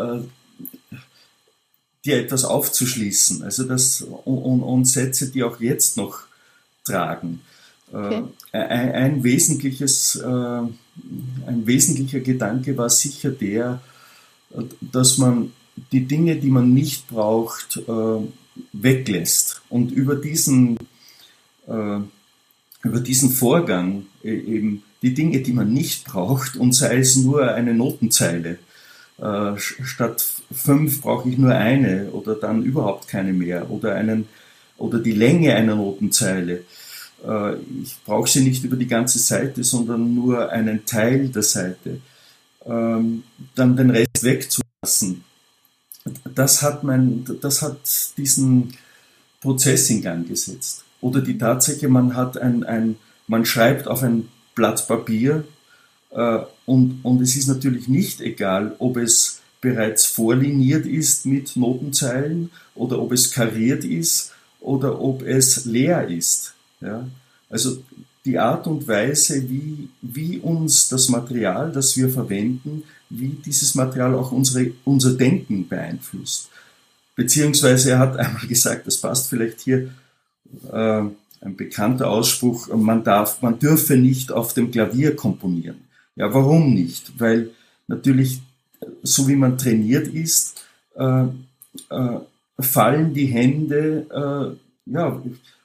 dir etwas aufzuschließen, also das und, und Sätze, die auch jetzt noch tragen. Okay. Äh, ein, ein wesentliches, äh, ein wesentlicher Gedanke war sicher der, dass man die Dinge, die man nicht braucht, äh, weglässt und über diesen, äh, über diesen Vorgang äh, eben die Dinge, die man nicht braucht, und sei es nur eine Notenzeile, Uh, statt fünf brauche ich nur eine oder dann überhaupt keine mehr oder einen oder die Länge einer Notenzeile. Uh, ich brauche sie nicht über die ganze Seite, sondern nur einen Teil der Seite. Uh, dann den Rest wegzulassen. Das hat mein, das hat diesen Prozess in Gang gesetzt. Oder die Tatsache, man hat ein, ein, man schreibt auf ein Blatt Papier. Und, und es ist natürlich nicht egal, ob es bereits vorliniert ist mit Notenzeilen oder ob es kariert ist oder ob es leer ist. Ja? Also die Art und Weise, wie, wie uns das Material, das wir verwenden, wie dieses Material auch unsere, unser Denken beeinflusst. Beziehungsweise er hat einmal gesagt, das passt vielleicht hier, äh, ein bekannter Ausspruch, man darf, man dürfe nicht auf dem Klavier komponieren. Ja, warum nicht? Weil natürlich, so wie man trainiert ist, äh, äh, fallen die Hände, äh, ja,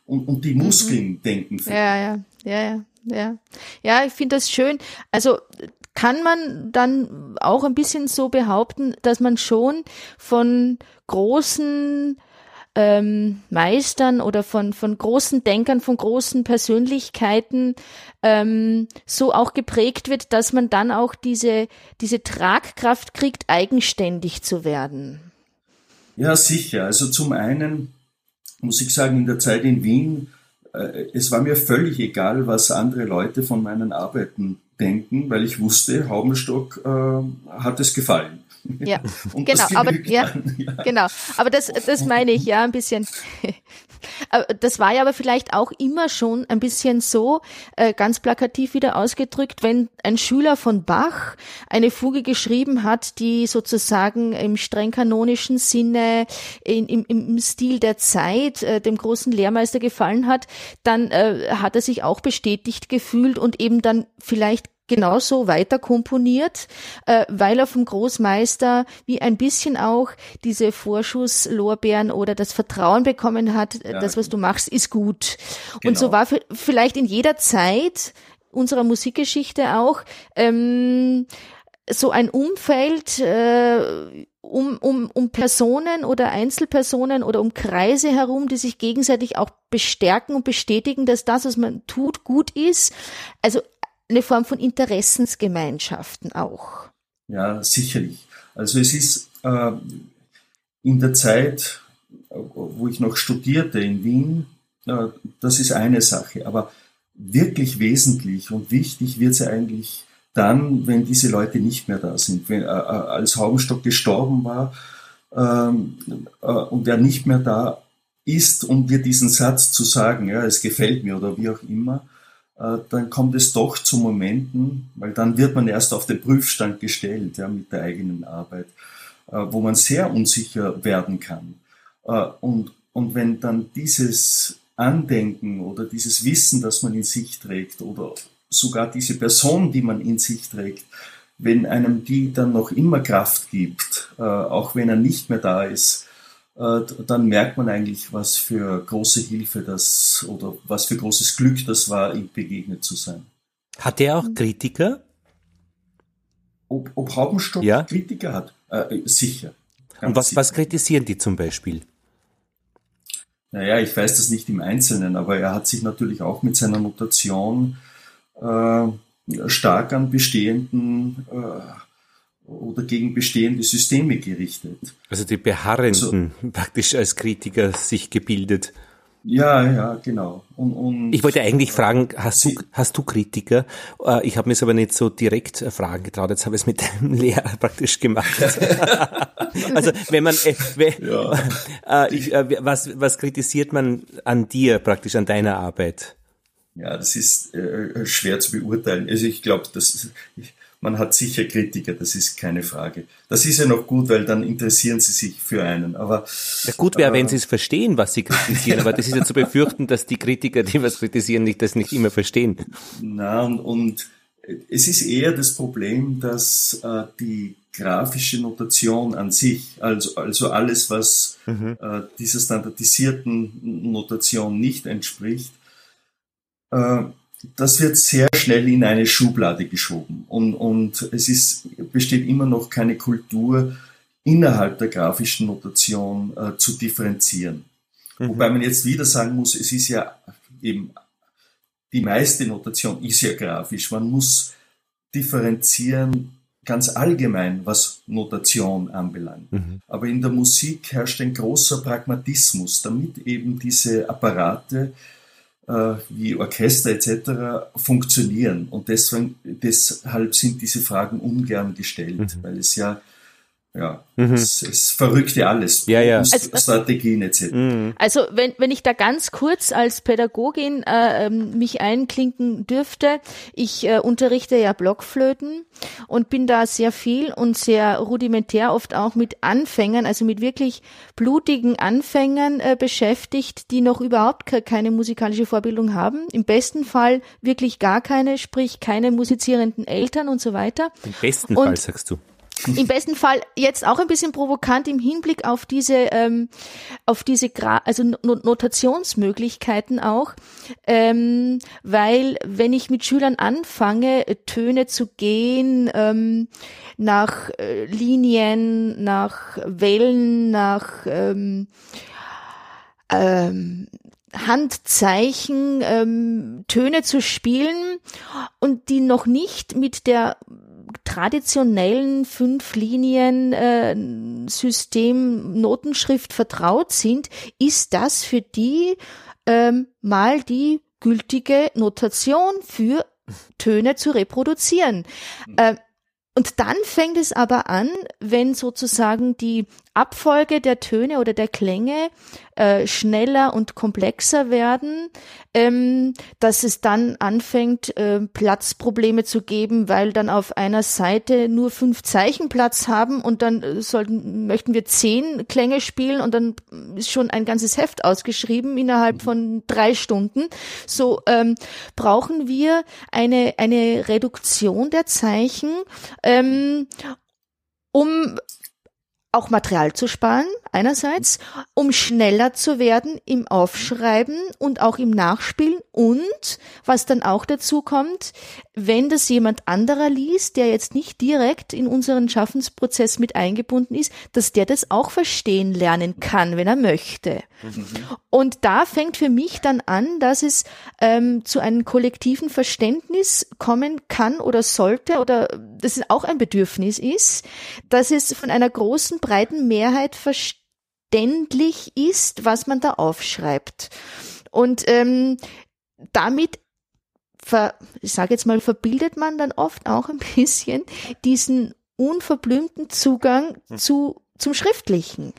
und, und die Muskeln mhm. denken. Ja, ja, ja, ja, ja. Ja, ich finde das schön. Also kann man dann auch ein bisschen so behaupten, dass man schon von großen ähm, Meistern oder von von großen Denkern, von großen Persönlichkeiten ähm, so auch geprägt wird, dass man dann auch diese diese Tragkraft kriegt, eigenständig zu werden? Ja, sicher. Also zum einen muss ich sagen, in der Zeit in Wien, äh, es war mir völlig egal, was andere Leute von meinen Arbeiten denken, weil ich wusste, Haubenstock äh, hat es gefallen. Ja, genau, aber ja, ja, genau, aber das, das meine ich ja ein bisschen. Das war ja aber vielleicht auch immer schon ein bisschen so, äh, ganz plakativ wieder ausgedrückt, wenn ein Schüler von Bach eine Fuge geschrieben hat, die sozusagen im streng kanonischen Sinne, in, im, im Stil der Zeit äh, dem großen Lehrmeister gefallen hat, dann äh, hat er sich auch bestätigt gefühlt und eben dann vielleicht genauso weiter komponiert, äh, weil er vom Großmeister wie ein bisschen auch diese Vorschusslorbeeren oder das Vertrauen bekommen hat, ja, das, was du machst, ist gut. Genau. Und so war f- vielleicht in jeder Zeit unserer Musikgeschichte auch ähm, so ein Umfeld äh, um, um, um Personen oder Einzelpersonen oder um Kreise herum, die sich gegenseitig auch bestärken und bestätigen, dass das, was man tut, gut ist. Also eine Form von Interessensgemeinschaften auch. Ja, sicherlich. Also es ist äh, in der Zeit, wo ich noch studierte in Wien, äh, das ist eine Sache. Aber wirklich wesentlich und wichtig wird es ja eigentlich dann, wenn diese Leute nicht mehr da sind. Wenn, äh, als Haubenstock gestorben war ähm, äh, und er nicht mehr da ist, um dir diesen Satz zu sagen, ja, es gefällt mir oder wie auch immer, dann kommt es doch zu Momenten, weil dann wird man erst auf den Prüfstand gestellt, ja, mit der eigenen Arbeit, wo man sehr unsicher werden kann. Und, und wenn dann dieses Andenken oder dieses Wissen, das man in sich trägt, oder sogar diese Person, die man in sich trägt, wenn einem die dann noch immer Kraft gibt, auch wenn er nicht mehr da ist, dann merkt man eigentlich, was für große Hilfe das oder was für großes Glück das war, ihm begegnet zu sein. Hat er auch Kritiker? Ob, ob Haubenstock ja? Kritiker hat? Äh, sicher. Und was, sicher. was kritisieren die zum Beispiel? Naja, ich weiß das nicht im Einzelnen, aber er hat sich natürlich auch mit seiner Notation äh, stark an bestehenden äh, oder gegen bestehende Systeme gerichtet. Also die Beharrenden also, praktisch als Kritiker sich gebildet. Ja, ja, genau. Und, und ich wollte eigentlich fragen, hast du, hast du Kritiker? Ich habe mir es aber nicht so direkt fragen getraut, jetzt habe ich es mit dem Lehrer praktisch gemacht. Also wenn man, äh, wenn, ja. äh, ich, äh, was, was kritisiert man an dir praktisch, an deiner Arbeit? Ja, das ist äh, schwer zu beurteilen. Also ich glaube, das ich, man hat sicher Kritiker, das ist keine Frage. Das ist ja noch gut, weil dann interessieren sie sich für einen. Aber ja, gut wäre, äh, wenn sie es verstehen, was sie kritisieren, aber das ist ja zu befürchten, dass die Kritiker, die was kritisieren, nicht das nicht immer verstehen. Na, und, und es ist eher das Problem, dass äh, die grafische Notation an sich, also, also alles, was mhm. äh, dieser standardisierten Notation nicht entspricht, äh, das wird sehr schnell in eine Schublade geschoben und, und es ist, besteht immer noch keine Kultur, innerhalb der grafischen Notation äh, zu differenzieren. Mhm. Wobei man jetzt wieder sagen muss, es ist ja eben, die meiste Notation ist ja grafisch. Man muss differenzieren ganz allgemein, was Notation anbelangt. Mhm. Aber in der Musik herrscht ein großer Pragmatismus, damit eben diese Apparate wie Orchester et cetera funktionieren. Und deswegen, deshalb sind diese Fragen ungern gestellt, mhm. weil es ja, ja, mhm. es, es verrückt ja alles. Ja, ja. Also, Strategien et cetera. Mhm. Also wenn, wenn ich da ganz kurz als Pädagogin äh, mich einklinken dürfte, ich äh, unterrichte ja Blockflöten und bin da sehr viel und sehr rudimentär oft auch mit Anfängern, also mit wirklich blutigen Anfängern äh, beschäftigt, die noch überhaupt ke- keine musikalische Vorbildung haben. Im besten Fall wirklich gar keine, sprich keine musizierenden Eltern und so weiter. Im besten und Fall, sagst du. Im besten Fall jetzt auch ein bisschen provokant im Hinblick auf diese, ähm, auf diese, Gra- also Notationsmöglichkeiten auch, ähm, weil wenn ich mit Schülern anfange, Töne zu gehen, ähm, nach äh, Linien, nach Wellen, nach ähm, ähm, Handzeichen, ähm, Töne zu spielen und die noch nicht mit der traditionellen Fünf-Linien-System Notenschrift vertraut sind, ist das für die ähm, mal die gültige Notation für Töne zu reproduzieren. Ähm, und dann fängt es aber an, wenn sozusagen die Abfolge der Töne oder der Klänge äh, schneller und komplexer werden, ähm, dass es dann anfängt, äh, Platzprobleme zu geben, weil dann auf einer Seite nur fünf Zeichen Platz haben und dann äh, sollten, möchten wir zehn Klänge spielen und dann ist schon ein ganzes Heft ausgeschrieben innerhalb von drei Stunden. So ähm, brauchen wir eine, eine Reduktion der Zeichen, ähm, um auch Material zu sparen, einerseits, um schneller zu werden im Aufschreiben und auch im Nachspielen und, was dann auch dazu kommt, wenn das jemand anderer liest, der jetzt nicht direkt in unseren Schaffensprozess mit eingebunden ist, dass der das auch verstehen lernen kann, wenn er möchte. Mhm. Und da fängt für mich dann an, dass es ähm, zu einem kollektiven Verständnis kommen kann oder sollte oder dass es auch ein Bedürfnis ist, dass es von einer großen, breiten Mehrheit verständlich ist, was man da aufschreibt. Und ähm, damit Ver, ich sage jetzt mal, verbildet man dann oft auch ein bisschen diesen unverblümten Zugang zu, zum Schriftlichen.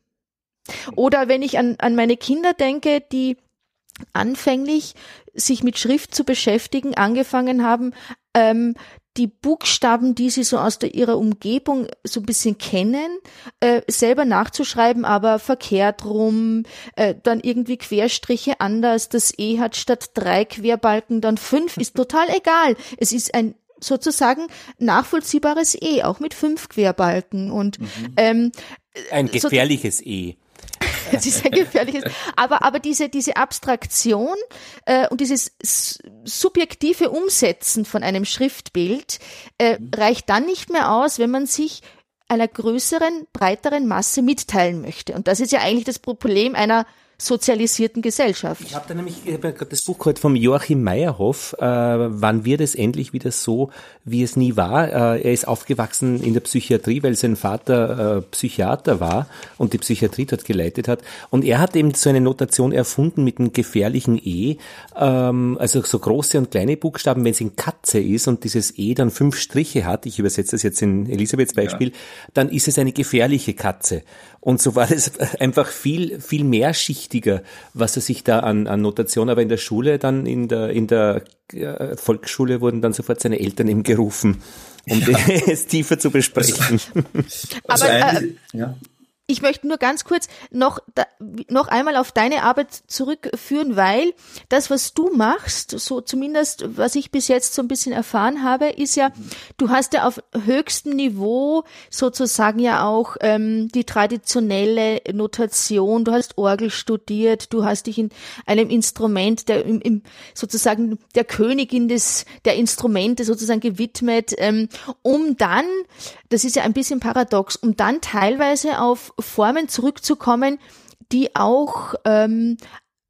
Oder wenn ich an, an meine Kinder denke, die anfänglich sich mit Schrift zu beschäftigen, angefangen haben, ähm, die Buchstaben, die sie so aus der, ihrer Umgebung so ein bisschen kennen, äh, selber nachzuschreiben, aber verkehrt rum, äh, dann irgendwie Querstriche anders, das E hat statt drei Querbalken dann fünf, ist total egal. Es ist ein sozusagen nachvollziehbares E, auch mit fünf Querbalken und mhm. ähm, ein gefährliches so, E. Es ist ein gefährliches, aber aber diese diese Abstraktion äh, und dieses subjektive Umsetzen von einem Schriftbild äh, reicht dann nicht mehr aus, wenn man sich einer größeren, breiteren Masse mitteilen möchte. Und das ist ja eigentlich das Problem einer sozialisierten Gesellschaft. Ich habe da nämlich, ich habe ja gerade das Buch gehört vom Joachim Meyerhoff, äh, wann wird es endlich wieder so, wie es nie war. Äh, er ist aufgewachsen in der Psychiatrie, weil sein Vater äh, Psychiater war und die Psychiatrie dort geleitet hat. Und er hat eben so eine Notation erfunden mit einem gefährlichen E, ähm, also so große und kleine Buchstaben, wenn es in Katze ist und dieses E dann fünf Striche hat, ich übersetze das jetzt in Elisabeths Beispiel, ja. Dann ist es eine gefährliche Katze. Und so war es einfach viel, viel mehrschichtiger, was er sich da an, an Notation, aber in der Schule, dann in der, in der äh, Volksschule wurden dann sofort seine Eltern ihm gerufen, um ja. es tiefer zu besprechen. Also, aber, äh, ja. Ich möchte nur ganz kurz noch, da, noch einmal auf deine Arbeit zurückführen, weil das, was du machst, so zumindest, was ich bis jetzt so ein bisschen erfahren habe, ist ja, du hast ja auf höchstem Niveau sozusagen ja auch ähm, die traditionelle Notation, du hast Orgel studiert, du hast dich in einem Instrument, der im, im sozusagen der Königin des der Instrumente sozusagen gewidmet, ähm, um dann, das ist ja ein bisschen paradox, um dann teilweise auf Formen zurückzukommen, die auch ähm,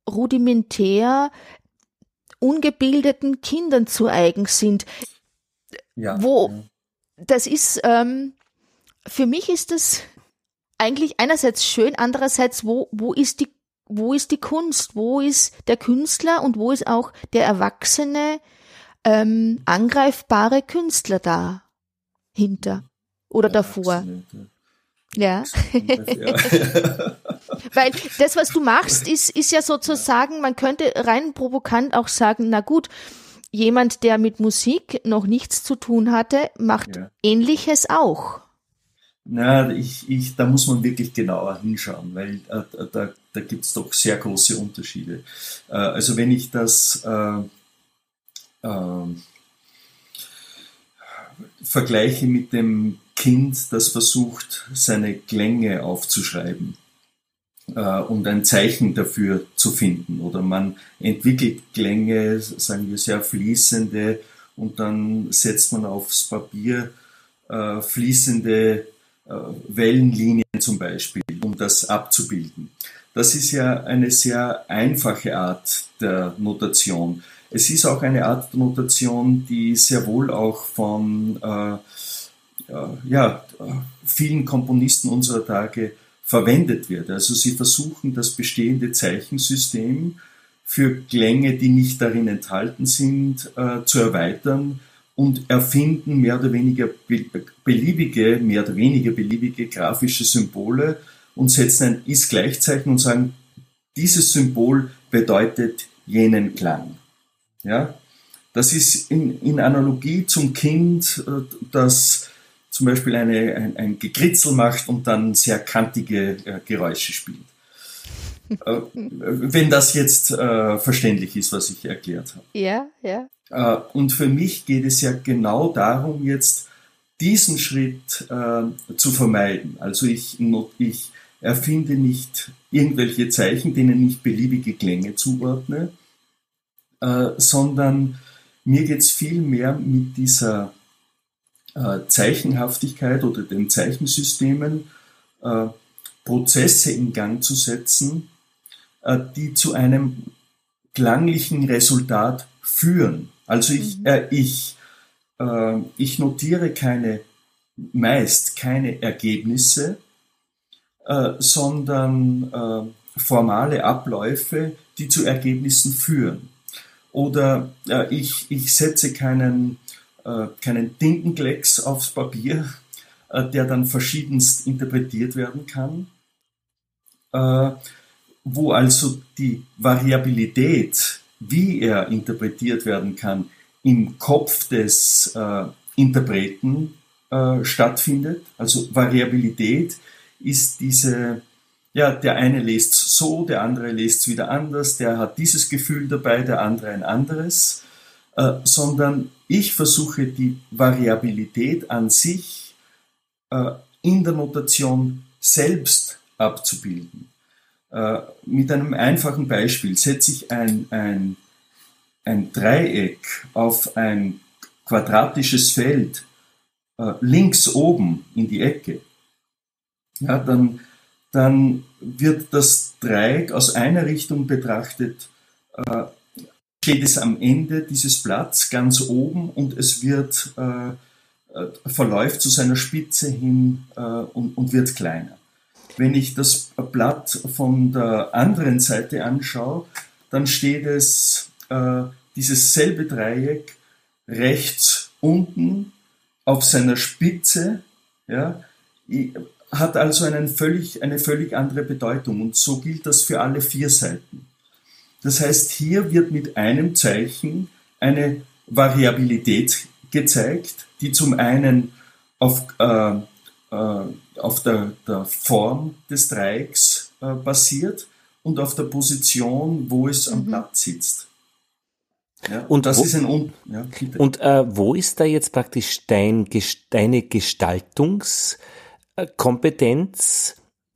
rudimentär ungebildeten Kindern zu eigen sind. Ja. Wo das ist, ähm, für mich ist das eigentlich einerseits schön, andererseits wo wo ist die wo ist die Kunst, wo ist der Künstler und wo ist auch der erwachsene ähm, angreifbare Künstler dahinter oder davor? Ja. Weil das, was du machst, ist, ist ja sozusagen, man könnte rein provokant auch sagen, na gut, jemand, der mit Musik noch nichts zu tun hatte, macht ja. Ähnliches auch. Na, ich, ich, da muss man wirklich genauer hinschauen, weil äh, da, da gibt es doch sehr große Unterschiede. Äh, also wenn ich das äh, äh, vergleiche mit dem Kind, das versucht, seine Klänge aufzuschreiben äh, und ein Zeichen dafür zu finden. Oder man entwickelt Klänge, sagen wir, sehr fließende, und dann setzt man aufs Papier äh, fließende äh, Wellenlinien zum Beispiel, um das abzubilden. Das ist ja eine sehr einfache Art der Notation. Es ist auch eine Art der Notation, die sehr wohl auch von äh, äh, ja, vielen Komponisten unserer Tage verwendet wird. Also sie versuchen, das bestehende Zeichensystem für Klänge, die nicht darin enthalten sind, äh, zu erweitern und erfinden mehr oder weniger beliebige, mehr oder weniger beliebige grafische Symbole und setzen ein Ist-Gleichzeichen und sagen, dieses Symbol bedeutet jenen Klang. Ja? Das ist in, in Analogie zum Kind, äh, das zum Beispiel eine, ein, ein Gekritzel macht und dann sehr kantige äh, Geräusche spielt. äh, wenn das jetzt äh, verständlich ist, was ich erklärt habe. Ja, ja. Äh, und für mich geht es ja genau darum, jetzt diesen Schritt äh, zu vermeiden. Also ich, ich erfinde nicht irgendwelche Zeichen, denen ich beliebige Klänge zuordne, äh, sondern mir geht es viel mehr mit dieser äh, Zeichenhaftigkeit oder den Zeichensystemen äh, Prozesse in Gang zu setzen, die zu einem klanglichen Resultat führen. Also ich, äh, ich, äh, ich notiere keine, meist keine Ergebnisse, äh, sondern äh, formale Abläufe, die zu Ergebnissen führen. Oder äh, ich, ich setze keinen, äh, keinen Tintenklecks aufs Papier, äh, der dann verschiedenst interpretiert werden kann, äh, wo also die Variabilität, wie er interpretiert werden kann, im Kopf des äh, Interpreten äh, stattfindet. Also Variabilität ist diese, ja, der eine liest so, der andere liest es wieder anders, der hat dieses Gefühl dabei, der andere ein anderes, äh, sondern ich versuche die Variabilität an sich äh, in der Notation selbst abzubilden. Äh, mit einem einfachen Beispiel setze ich ein, ein, ein Dreieck auf ein quadratisches Feld äh, links oben in die Ecke. Ja, dann, dann wird das Dreieck aus einer Richtung betrachtet, äh, steht es am Ende dieses Blatts ganz oben und es wird, äh, äh, verläuft zu seiner Spitze hin äh, und, und wird kleiner. Wenn ich das Blatt von der anderen Seite anschaue, dann steht es, äh, dieses selbe Dreieck rechts unten auf seiner Spitze, ja, hat also einen völlig, eine völlig andere Bedeutung. Und so gilt das für alle vier Seiten. Das heißt, hier wird mit einem Zeichen eine Variabilität gezeigt, die zum einen auf äh, auf der, der Form des Dreiecks äh, basiert und auf der Position, wo es am mhm. Blatt sitzt. Ja, und das wo, ist ein Un- ja, und äh, wo ist da jetzt praktisch dein, deine Gestaltungskompetenz?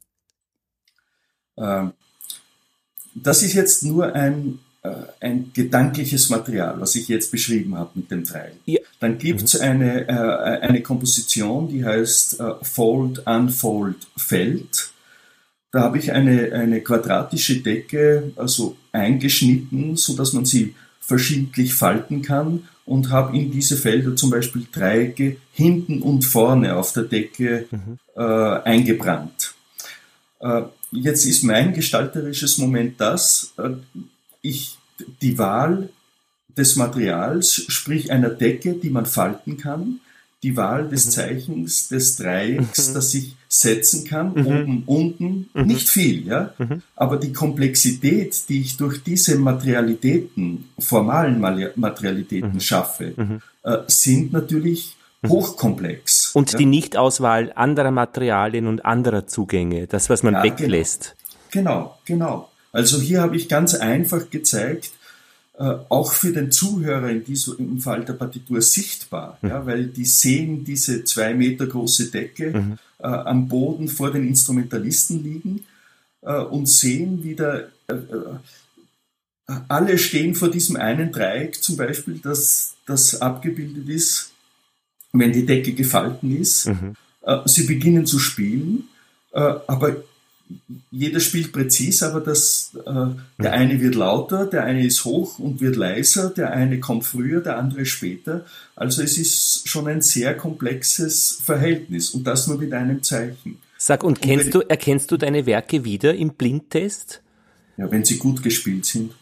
Äh, das ist jetzt nur ein ein gedankliches Material, was ich jetzt beschrieben habe mit dem Dreieck. Ja. Dann gibt es mhm. eine, äh, eine Komposition, die heißt äh, Fold, Unfold, Feld. Da habe ich eine, eine quadratische Decke also eingeschnitten, sodass man sie verschiedentlich falten kann und habe in diese Felder zum Beispiel Dreiecke hinten und vorne auf der Decke mhm. äh, eingebrannt. Äh, jetzt ist mein gestalterisches Moment das, äh, Ich, die Wahl des Materials, sprich einer Decke, die man falten kann, die Wahl des mhm. Zeichens, des Dreiecks, mhm. das ich setzen kann, mhm. oben, unten, mhm. nicht viel, ja, mhm. aber die Komplexität, die ich durch diese Materialitäten, formalen Materialitäten mhm. schaffe, mhm. äh, sind natürlich mhm. hochkomplex. Und ja? die Nichtauswahl anderer Materialien und anderer Zugänge, das, was man ja, weglässt. Genau, genau. genau. Also hier habe ich ganz einfach gezeigt, äh, auch für den Zuhörer in diesem im Fall der Partitur sichtbar, mhm. ja, weil die sehen diese zwei Meter große Decke mhm. äh, am Boden vor den Instrumentalisten liegen äh, und sehen, wie der äh, alle stehen vor diesem einen Dreieck zum Beispiel, das, das abgebildet ist, wenn die Decke gefalten ist. Mhm. Äh, sie beginnen zu spielen, äh, aber jeder spielt präzis, aber das, äh, der eine wird lauter, der eine ist hoch und wird leiser, der eine kommt früher, der andere später. Also es ist schon ein sehr komplexes Verhältnis und das nur mit einem Zeichen. Sag, und, kennst und wenn, du, erkennst du deine Werke wieder im Blindtest? Ja, wenn sie gut gespielt sind.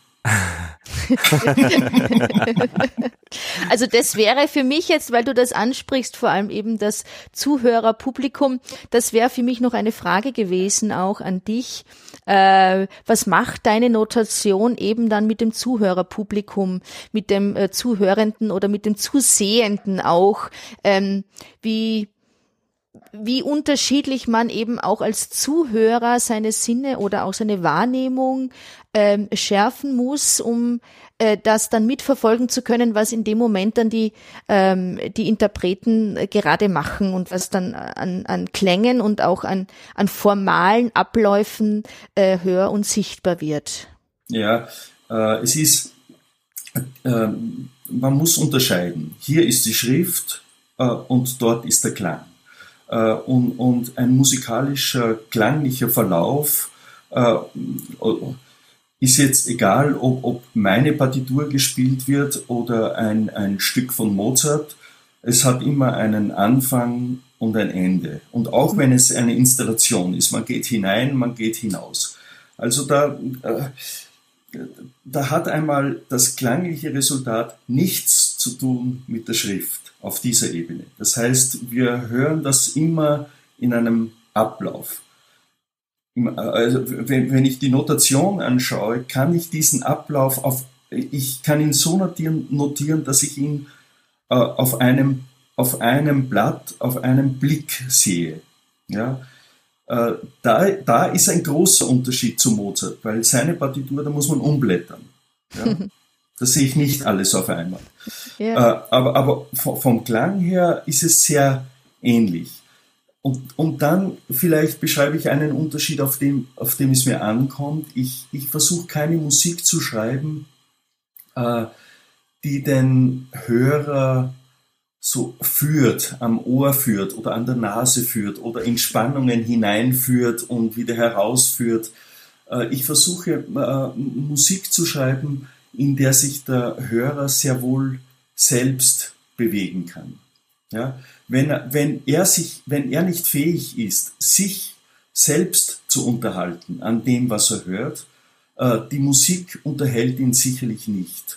Also das wäre für mich jetzt, weil du das ansprichst, vor allem eben das Zuhörerpublikum, das wäre für mich noch eine Frage gewesen auch an dich. Äh, was macht deine Notation eben dann mit dem Zuhörerpublikum, mit dem äh, Zuhörenden oder mit dem Zusehenden auch? Ähm, wie wie unterschiedlich man eben auch als Zuhörer seine Sinne oder auch seine Wahrnehmung ähm, schärfen muss, um äh, das dann mitverfolgen zu können, was in dem Moment dann die ähm, die Interpreten äh, gerade machen und was dann an, an Klängen und auch an, an formalen Abläufen äh, hör- und sichtbar wird. Ja, äh, es ist, äh, man muss unterscheiden. Hier ist die Schrift äh, und dort ist der Klang. Und, und ein musikalischer, klanglicher Verlauf äh, ist jetzt egal, ob, ob meine Partitur gespielt wird oder ein, ein Stück von Mozart. Es hat immer einen Anfang und ein Ende. Und auch wenn es eine Installation ist, man geht hinein, man geht hinaus. Also da, äh, da hat einmal das klangliche Resultat nichts zu tun mit der Schrift auf dieser Ebene. Das heißt, wir hören das immer in einem Ablauf. Also wenn, wenn ich die Notation anschaue, kann ich diesen Ablauf auf, ich kann ihn so notieren, notieren dass ich ihn äh, auf einem, auf einem Blatt, auf einem Blick sehe. Ja? Äh, da, da ist ein großer Unterschied zu Mozart, weil seine Partitur, da muss man umblättern. Ja? Das sehe ich nicht alles auf einmal. Ja. Äh, aber aber vom, vom Klang her ist es sehr ähnlich. Und, und dann vielleicht beschreibe ich einen Unterschied, auf dem, auf dem es mir ankommt. Ich, ich versuche keine Musik zu schreiben, äh, die den Hörer so führt, am Ohr führt oder an der Nase führt oder in Spannungen hineinführt und wieder herausführt. Äh, ich versuche äh, Musik zu schreiben, in der sich der Hörer sehr wohl selbst bewegen kann. Ja? Wenn er, wenn er sich, wenn er nicht fähig ist, sich selbst zu unterhalten an dem, was er hört, äh, die Musik unterhält ihn sicherlich nicht.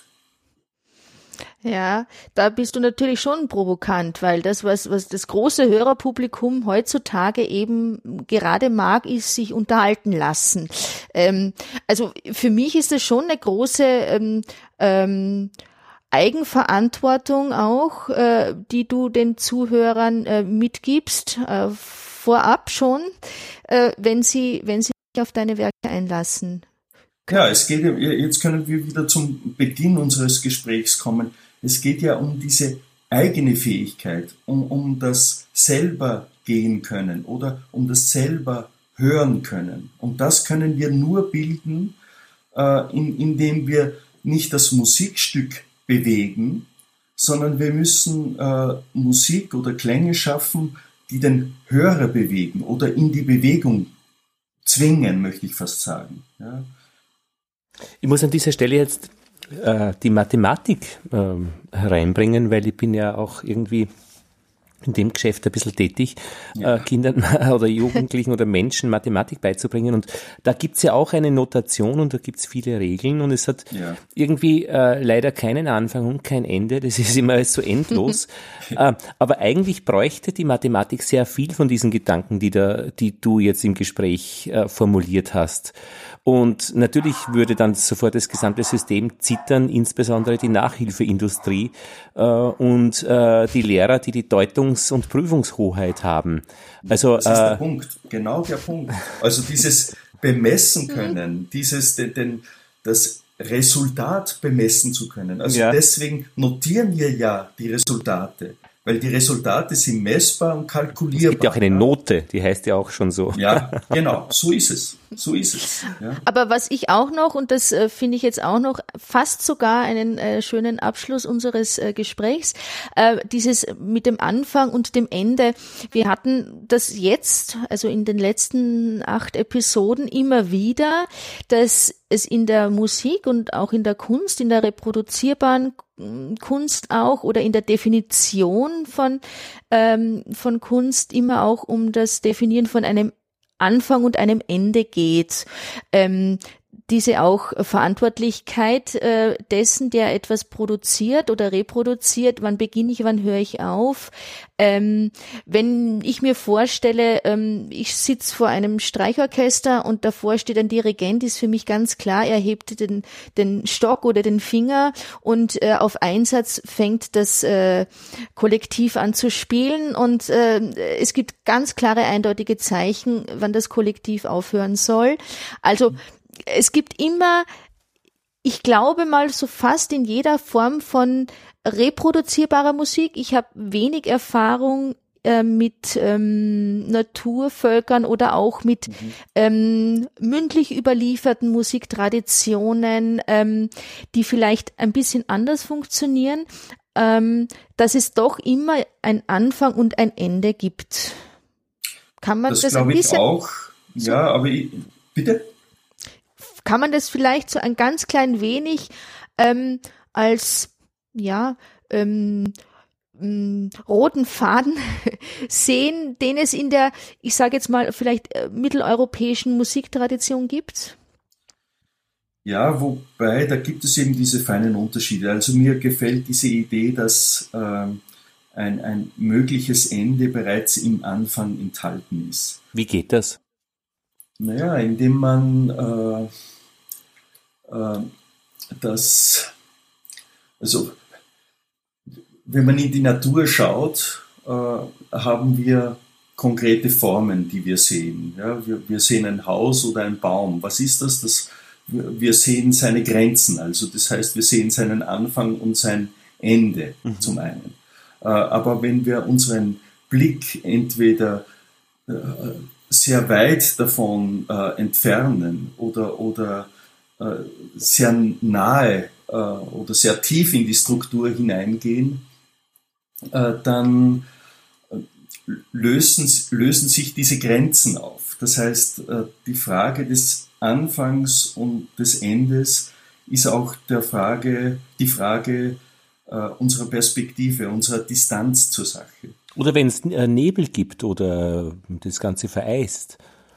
Ja, da bist du natürlich schon provokant, weil das, was, was das große Hörerpublikum heutzutage eben gerade mag, ist sich unterhalten lassen. Ähm, also für mich ist das schon eine große ähm, ähm, Eigenverantwortung auch, äh, die du den Zuhörern äh, mitgibst, äh, vorab schon, äh, wenn sie, wenn sie sich auf deine Werke einlassen. Ja, es geht, jetzt können wir wieder zum Beginn unseres Gesprächs kommen. Es geht ja um diese eigene Fähigkeit, um, um das selber gehen können oder um das selber hören können. Und das können wir nur bilden, äh, in, indem wir nicht das Musikstück bewegen, sondern wir müssen äh, Musik oder Klänge schaffen, die den Hörer bewegen oder in die Bewegung zwingen, möchte ich fast sagen. Ja. Ich muss an dieser Stelle jetzt äh, die Mathematik äh, hereinbringen, weil ich bin ja auch irgendwie in dem Geschäft ein bisschen tätig, ja. äh, Kindern oder Jugendlichen oder Menschen Mathematik beizubringen. Und da gibt's ja auch eine Notation und da gibt's viele Regeln und es hat ja. irgendwie äh, leider keinen Anfang und kein Ende. Das ist immer alles so endlos. äh, aber eigentlich bräuchte die Mathematik sehr viel von diesen Gedanken, die, da, die du jetzt im Gespräch äh, formuliert hast. Und natürlich würde dann sofort das gesamte System zittern, insbesondere die Nachhilfeindustrie äh, und äh, die Lehrer, die die Deutungs- und Prüfungshoheit haben. Also, das ist äh, der Punkt, genau der Punkt. Also dieses bemessen können, dieses den, den, das Resultat bemessen zu können. Also ja. deswegen notieren wir ja die Resultate. Weil die Resultate sind messbar und kalkulierbar. Es gibt ja auch eine Note, die heißt ja auch schon so. Ja, genau, so ist es. So ist es. Ja. Aber was ich auch noch, und das äh, finde ich jetzt auch noch fast sogar einen äh, schönen Abschluss unseres äh, Gesprächs, äh, dieses mit dem Anfang und dem Ende. Wir hatten das jetzt, also in den letzten acht Episoden immer wieder, dass es in der Musik und auch in der Kunst, in der reproduzierbaren Kunst auch oder in der Definition von, ähm, von Kunst immer auch um das Definieren von einem Anfang und einem Ende geht. Ähm, diese auch Verantwortlichkeit äh, dessen, der etwas produziert oder reproduziert, wann beginne ich, wann höre ich auf. Ähm, wenn ich mir vorstelle, ähm, ich sitze vor einem Streichorchester und davor steht ein Dirigent, ist für mich ganz klar, er hebt den, den Stock oder den Finger und äh, auf Einsatz fängt das äh, Kollektiv an zu spielen und äh, es gibt ganz klare, eindeutige Zeichen, wann das Kollektiv aufhören soll. Also es gibt immer, ich glaube mal so fast in jeder Form von reproduzierbarer Musik. Ich habe wenig Erfahrung äh, mit ähm, Naturvölkern oder auch mit mhm. ähm, mündlich überlieferten Musiktraditionen, ähm, die vielleicht ein bisschen anders funktionieren, ähm, dass es doch immer ein Anfang und ein Ende gibt. Kann man das, das ein bisschen? Das glaube ich auch. So, ja, aber ich, bitte? Kann man das vielleicht so ein ganz klein wenig ähm, als ja ähm, ähm, roten Faden sehen, den es in der, ich sage jetzt mal, vielleicht äh, mitteleuropäischen Musiktradition gibt? Ja, wobei, da gibt es eben diese feinen Unterschiede. Also mir gefällt diese Idee, dass ähm, ein, ein mögliches Ende bereits im Anfang enthalten ist. Wie geht das? Naja, indem man äh, äh, das, also wenn man in die Natur schaut, äh, haben wir konkrete Formen, die wir sehen. Ja, wir, wir sehen ein Haus oder einen Baum. Was ist das? Das wir, wir sehen seine Grenzen. Also das heißt, wir sehen seinen Anfang und sein Ende mhm. zum einen. Äh, aber wenn wir unseren Blick entweder äh, sehr weit davon äh, entfernen oder, oder äh, sehr nahe äh, oder sehr tief in die Struktur hineingehen, äh, dann lösen, lösen sich diese Grenzen auf. Das heißt, äh, die Frage des Anfangs und des Endes ist auch der Frage, die Frage äh, unserer Perspektive, unserer Distanz zur Sache. Oder wenn es Nebel gibt oder das Ganze vereist,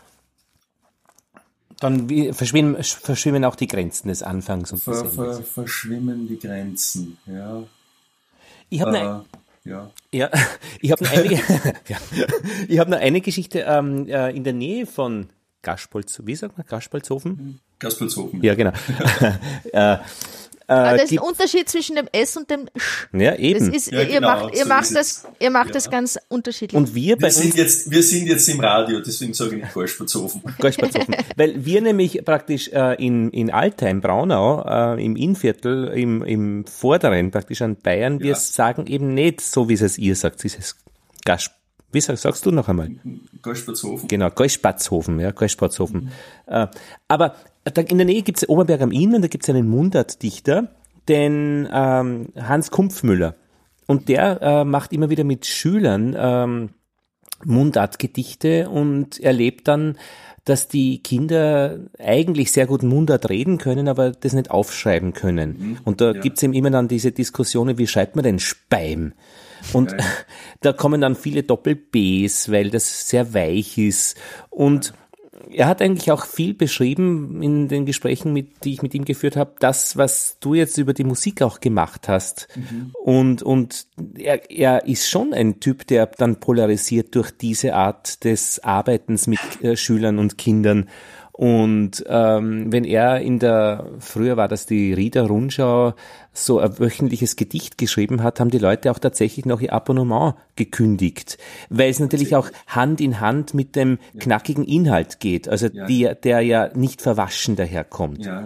dann verschwimmen, verschwimmen auch die Grenzen des Anfangs und des Endes. Ver, verschwimmen die Grenzen, ja. Ich habe äh, eine, ja. Ja, ich habe eine, ja, ich habe noch eine Geschichte ähm, in der Nähe von Gaspolz, wie sagt man, Gaspolzhofen? Gaspolzhofen. Ja, genau. äh, Aber das ist ein Unterschied zwischen dem S und dem Sch. Ja, eben. Das ist, ja, ihr genau, macht, ihr so macht das, ihr macht ja. das ganz unterschiedlich. Und wir bei wir sind uns jetzt, wir sind jetzt im Radio, deswegen sage ich nicht Gaspolzhofen. Gaspolzhofen. Weil wir nämlich praktisch äh, in, in Altheim, Braunau, äh, im Innviertel, im, im Vorderen, praktisch an Bayern, wir ja. sagen eben nicht so, wie es ihr sagt, dieses Gasp. Wie sag, sagst du noch einmal? Gaspolzhofen. Genau, Gaspolzhofen, ja, Gaspolzhofen. Mhm. Äh, aber da in der Nähe gibt es Oberberg am Inn und da gibt es einen Mundartdichter, den ähm, Hans Kumpfmüller. Und der äh, macht immer wieder mit Schülern ähm, Mundartgedichte und erlebt dann, dass die Kinder eigentlich sehr gut Mundart reden können, aber das nicht aufschreiben können. Mhm. Und da ja. gibt's eben immer dann diese Diskussionen, wie schreibt man denn Speim? Und ja. da kommen dann viele Doppel-Bs, weil das sehr weich ist. Und er hat eigentlich auch viel beschrieben in den Gesprächen, mit, die ich mit ihm geführt habe, das, was du jetzt über die Musik auch gemacht hast. Mhm. Und, und er, er ist schon ein Typ, der dann polarisiert durch diese Art des Arbeitens mit äh, Schülern und Kindern. Und ähm, wenn er in der, früher war das die Rieder Rundschau, so ein wöchentliches Gedicht geschrieben hat, haben die Leute auch tatsächlich noch ihr Abonnement gekündigt, weil es natürlich auch Hand in Hand mit dem knackigen Inhalt geht, also ja. die, der ja nicht verwaschen daherkommt. Ja, ja.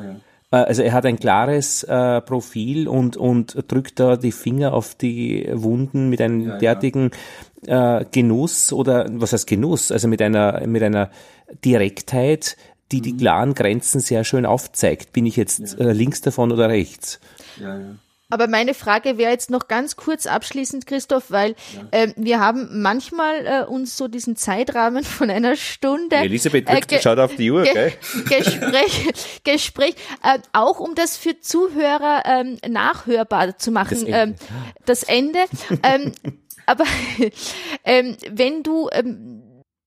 Also er hat ein klares äh, Profil und und drückt da die Finger auf die Wunden mit einem ja, derartigen ja. äh, Genuss oder was heißt Genuss? Also mit einer mit einer Direktheit, die mhm. die klaren Grenzen sehr schön aufzeigt. Bin ich jetzt ja. äh, links davon oder rechts? Ja, ja. Aber meine Frage wäre jetzt noch ganz kurz abschließend, Christoph, weil ja. äh, wir haben manchmal äh, uns so diesen Zeitrahmen von einer Stunde. Elisabeth drückt, äh, schaut auf die Uhr, ge- gell? Gespräch, Gespräch äh, auch um das für Zuhörer ähm, nachhörbar zu machen. Das Ende. Ähm, das Ende. ähm, aber ähm, wenn du ähm,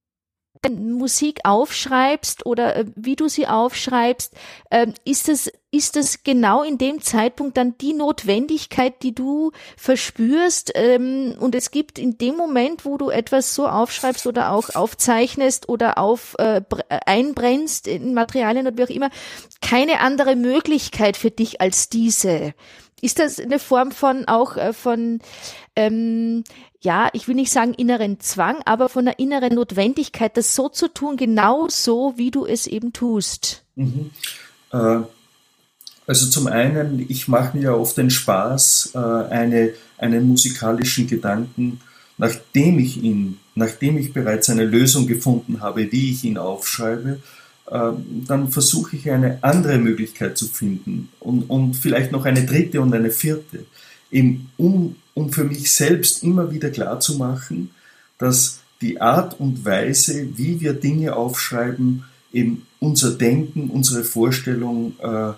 Musik aufschreibst oder äh, wie du sie aufschreibst, äh, ist es ist es genau in dem Zeitpunkt dann die Notwendigkeit, die du verspürst, ähm, und es gibt in dem Moment, wo du etwas so aufschreibst oder auch aufzeichnest oder auf äh, einbrennst in Materialien oder wie auch immer, keine andere Möglichkeit für dich als diese. Ist das eine Form von auch äh, von ähm, ja, ich will nicht sagen inneren Zwang, aber von einer inneren Notwendigkeit, das so zu tun, genau so, wie du es eben tust? Mhm. Äh, also zum einen, ich mache mir ja oft den Spaß, äh, eine, einen musikalischen Gedanken, nachdem ich ihn, nachdem ich bereits eine Lösung gefunden habe, wie ich ihn aufschreibe, äh, dann versuche ich eine andere Möglichkeit zu finden und, und vielleicht noch eine dritte und eine vierte, eben um um für mich selbst immer wieder klarzumachen, dass die Art und Weise, wie wir Dinge aufschreiben, eben unser Denken, unsere Vorstellung äh,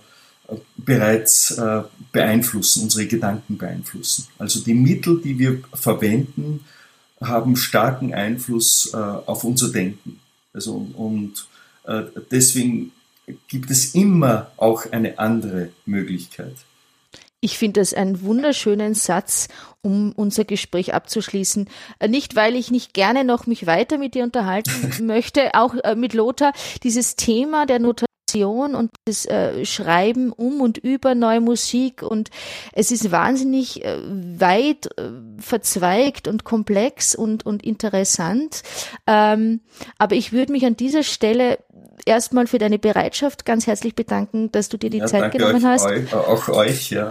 bereits äh, beeinflussen, unsere Gedanken beeinflussen. Also die Mittel, die wir verwenden, haben starken Einfluss äh, auf unser Denken. Also, und äh, deswegen gibt es immer auch eine andere Möglichkeit. Ich finde das einen wunderschönen Satz, um unser Gespräch abzuschließen. Nicht, weil ich nicht gerne noch mich weiter mit dir unterhalten möchte, auch mit Lothar, dieses Thema der Notation und das äh, Schreiben um und über neue Musik, und es ist wahnsinnig äh, weit äh, verzweigt und komplex und, und interessant. Ähm, aber ich würde mich an dieser Stelle erstmal für deine Bereitschaft ganz herzlich bedanken, dass du dir die ja, Zeit genommen euch, hast. Euch, auch euch, ja.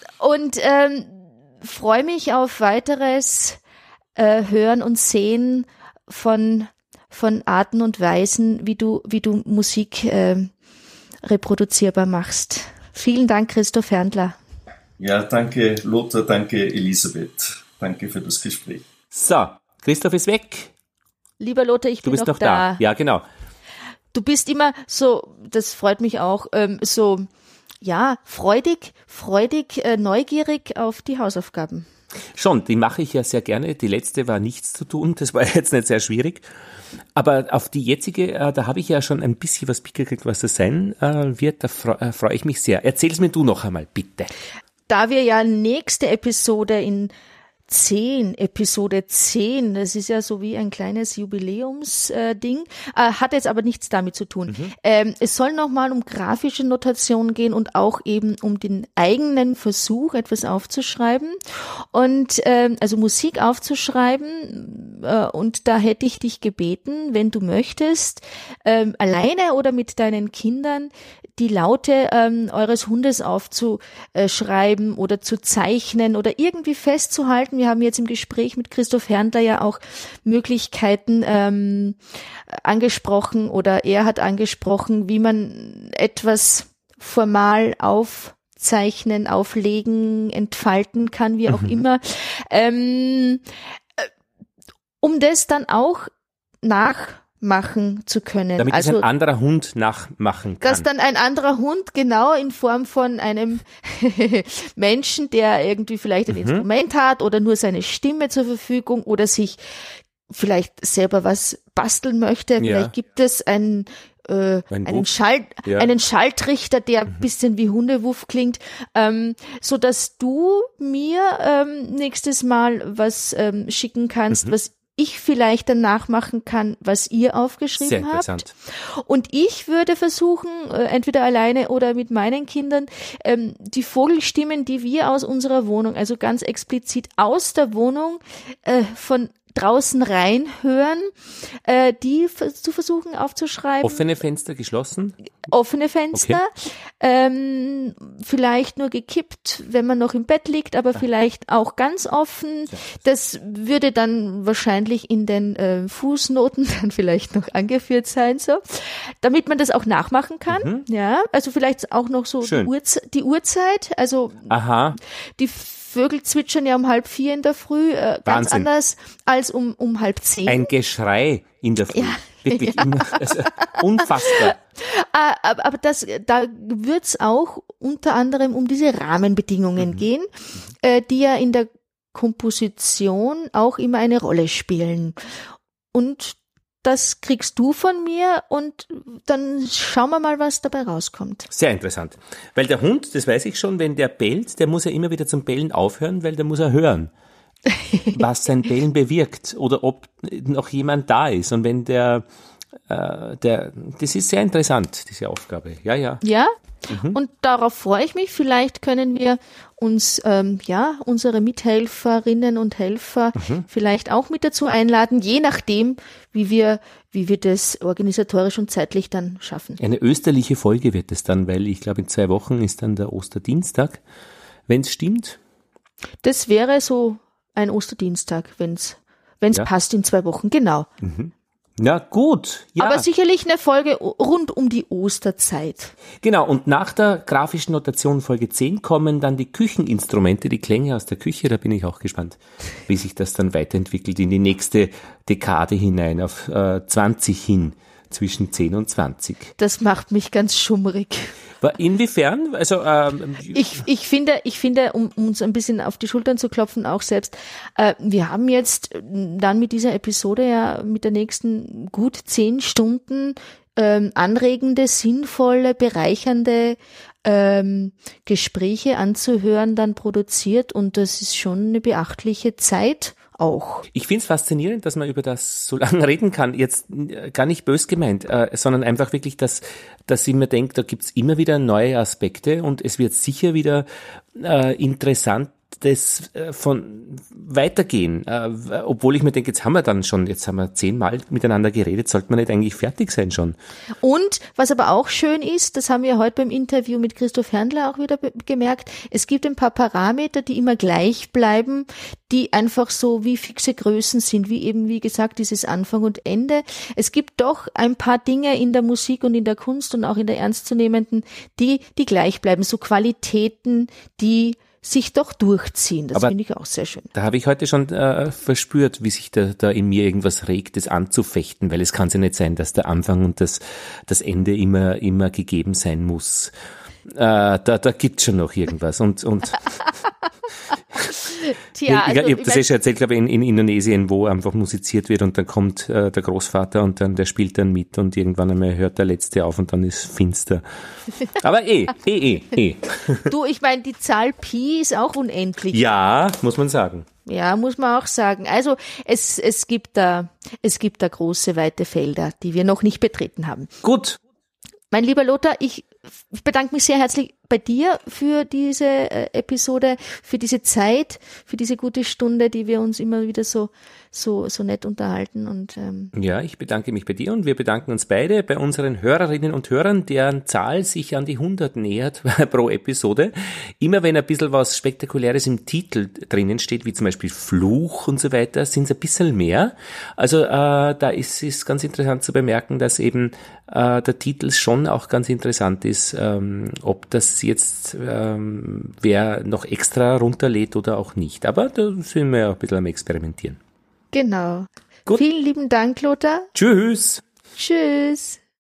Und ähm, freue mich auf weiteres äh, Hören und Sehen von von Arten und Weisen, wie du wie du Musik äh, reproduzierbar machst. Vielen Dank, Christoph Herndler. Ja, danke Lothar, danke Elisabeth, danke für das Gespräch. So, Christoph ist weg. Lieber Lothar, ich du bin bist noch, noch da. da. Ja, genau. Du bist immer so, das freut mich auch, ähm, so, ja, freudig, freudig, äh, neugierig auf die Hausaufgaben. Schon, die mache ich ja sehr gerne. Die letzte war nichts zu tun, das war jetzt nicht sehr schwierig. Aber auf die jetzige, äh, da habe ich ja schon ein bisschen was mitgekriegt, was das sein äh, wird. Da fre- äh, freue ich mich sehr. Erzähl's mir du noch einmal, bitte. Da wir ja nächste Episode in zehn, Episode zehn, das ist ja so wie ein kleines Jubiläumsding, äh, hat jetzt aber nichts damit zu tun. Mhm. Ähm, es soll nochmal um grafische Notation gehen und auch eben um den eigenen Versuch, etwas aufzuschreiben und ähm, also Musik aufzuschreiben, äh, und da hätte ich dich gebeten, wenn du möchtest, ähm, alleine oder mit deinen Kindern die Laute ähm, eures Hundes aufzuschreiben oder zu zeichnen oder irgendwie festzuhalten. Wir haben jetzt im Gespräch mit Christoph Herndler ja auch Möglichkeiten ähm, angesprochen oder er hat angesprochen, wie man etwas formal aufzeichnen, auflegen, entfalten kann, wie auch mhm. immer. Ähm, um das dann auch nach machen zu können. Damit also, es ein anderer Hund nachmachen kann. Dass dann ein anderer Hund genau in Form von einem Menschen, der irgendwie vielleicht ein mhm. Instrument hat oder nur seine Stimme zur Verfügung oder sich vielleicht selber was basteln möchte. Ja. Vielleicht gibt es einen äh, ein einen, Schall, ja. einen Schalltrichter, der ein mhm. bisschen wie Hundewuff klingt, ähm, so dass du mir ähm, nächstes Mal was ähm, schicken kannst, mhm. was ich vielleicht dann nachmachen kann, was ihr aufgeschrieben Sehr interessant. habt. Und ich würde versuchen, entweder alleine oder mit meinen Kindern, die Vogelstimmen, die wir aus unserer Wohnung, also ganz explizit aus der Wohnung von draußen reinhören, äh, die f- zu versuchen aufzuschreiben. Offene Fenster geschlossen? Offene Fenster, Okay. ähm, vielleicht nur gekippt, wenn man noch im Bett liegt, aber vielleicht auch ganz offen. Das würde dann wahrscheinlich in den äh, Fußnoten dann vielleicht noch angeführt sein, so, damit man das auch nachmachen kann. Mhm. Ja, also vielleicht auch noch so die, Schön. Uhrzei- die Uhrzeit, also Aha. die Vögel zwitschern ja um halb vier in der Früh, äh, ganz Wahnsinn. anders als um, um halb zehn. Ein Geschrei in der Früh. Ja. Wirklich Ja. immer, also unfassbar. Ah, aber aber das, da wird's auch unter anderem um diese Rahmenbedingungen Mhm. gehen, äh, die ja in der Komposition auch immer eine Rolle spielen. Und das kriegst du von mir und dann schauen wir mal, was dabei rauskommt. Sehr interessant. Weil der Hund, das weiß ich schon, wenn der bellt, der muss ja immer wieder zum Bellen aufhören, weil der muss er hören, was sein Bellen bewirkt oder ob noch jemand da ist. Und wenn der, äh, der, das ist sehr interessant, diese Aufgabe. Ja, ja. Ja? Und darauf freue ich mich. Vielleicht können wir uns, ähm, ja, unsere Mithelferinnen und Helfer vielleicht auch mit dazu einladen, je nachdem, wie wir, wie wir das organisatorisch und zeitlich dann schaffen. Eine österliche Folge wird es dann, weil ich glaube, in zwei Wochen ist dann der Osterdienstag. Wenn es stimmt, Das wäre so ein Osterdienstag, wenn's, wenn's Ja. passt in zwei Wochen, genau. na gut. Ja. Aber sicherlich eine Folge rund um die Osterzeit. Genau, und nach der grafischen Notation Folge zehn kommen dann die Kücheninstrumente, die Klänge aus der Küche. Da bin ich auch gespannt, wie sich das dann weiterentwickelt in die nächste Dekade hinein, auf äh, zwanzig hin, zwischen zehn und zwanzig. Das macht mich ganz schummrig. Aber inwiefern? Also ähm, Ich, ich finde, ich finde, um, um uns ein bisschen auf die Schultern zu klopfen, auch selbst, äh, wir haben jetzt dann mit dieser Episode ja mit der nächsten gut zehn Stunden ähm, anregende, sinnvolle, bereichernde ähm, Gespräche anzuhören, dann produziert und das ist schon eine beachtliche Zeit auch. Ich finde es faszinierend, dass man über das so lange reden kann. Jetzt äh, gar nicht bös gemeint, äh, sondern einfach wirklich, dass, dass ich mir denke, da gibt's immer wieder neue Aspekte und es wird sicher wieder äh, interessant, das äh, von weitergehen. Äh, obwohl ich mir denke, jetzt haben wir dann schon, jetzt haben wir zehnmal miteinander geredet, sollte man nicht eigentlich fertig sein schon. Und was aber auch schön ist, das haben wir heute beim Interview mit Christoph Herndler auch wieder be- gemerkt, es gibt ein paar Parameter, die immer gleich bleiben, die einfach so wie fixe Größen sind, wie eben, wie gesagt, dieses Anfang und Ende. Es gibt doch ein paar Dinge in der Musik und in der Kunst und auch in der ernstzunehmenden, die, die gleich bleiben, so Qualitäten, die sich doch durchziehen. Das Aber finde ich auch sehr schön. Da habe ich heute schon äh, verspürt, wie sich da, da in mir irgendwas regt, das anzufechten, weil es kann ja nicht sein, dass der Anfang und das, das Ende immer, immer gegeben sein muss. Äh, da, da gibt's schon noch irgendwas und, und Tja, ich, ich, also, ich habe das eh schon erzählt, glaube ich, in, in Indonesien, wo einfach musiziert wird und dann kommt äh, der Großvater und dann der spielt dann mit und irgendwann einmal hört der Letzte auf und dann ist finster. Aber eh, eh, eh, eh. du, ich meine, die Zahl Pi ist auch unendlich. Ja, muss man sagen. Ja, muss man auch sagen. Also es, es gibt da, es gibt da große, weite Felder, die wir noch nicht betreten haben. Gut. Mein lieber Lothar, ich bedanke mich sehr herzlich bei dir für diese äh, Episode, für diese Zeit, für diese gute Stunde, die wir uns immer wieder so so so nett unterhalten und ähm, Ja, ich bedanke mich bei dir und wir bedanken uns beide bei unseren Hörerinnen und Hörern, deren Zahl sich an die hundert nähert pro Episode. Immer wenn ein bisschen was Spektakuläres im Titel drinnen steht, wie zum Beispiel Fluch und so weiter, sind es ein bisschen mehr. Also äh, da ist es ganz interessant zu bemerken, dass eben äh, der Titel schon auch ganz interessant ist, ähm, ob das jetzt ähm, wer noch extra runterlädt oder auch nicht. Aber da sind wir ja ein bisschen am Experimentieren. genau. Gut. Vielen lieben Dank, Lothar. Tschüss! Tschüss.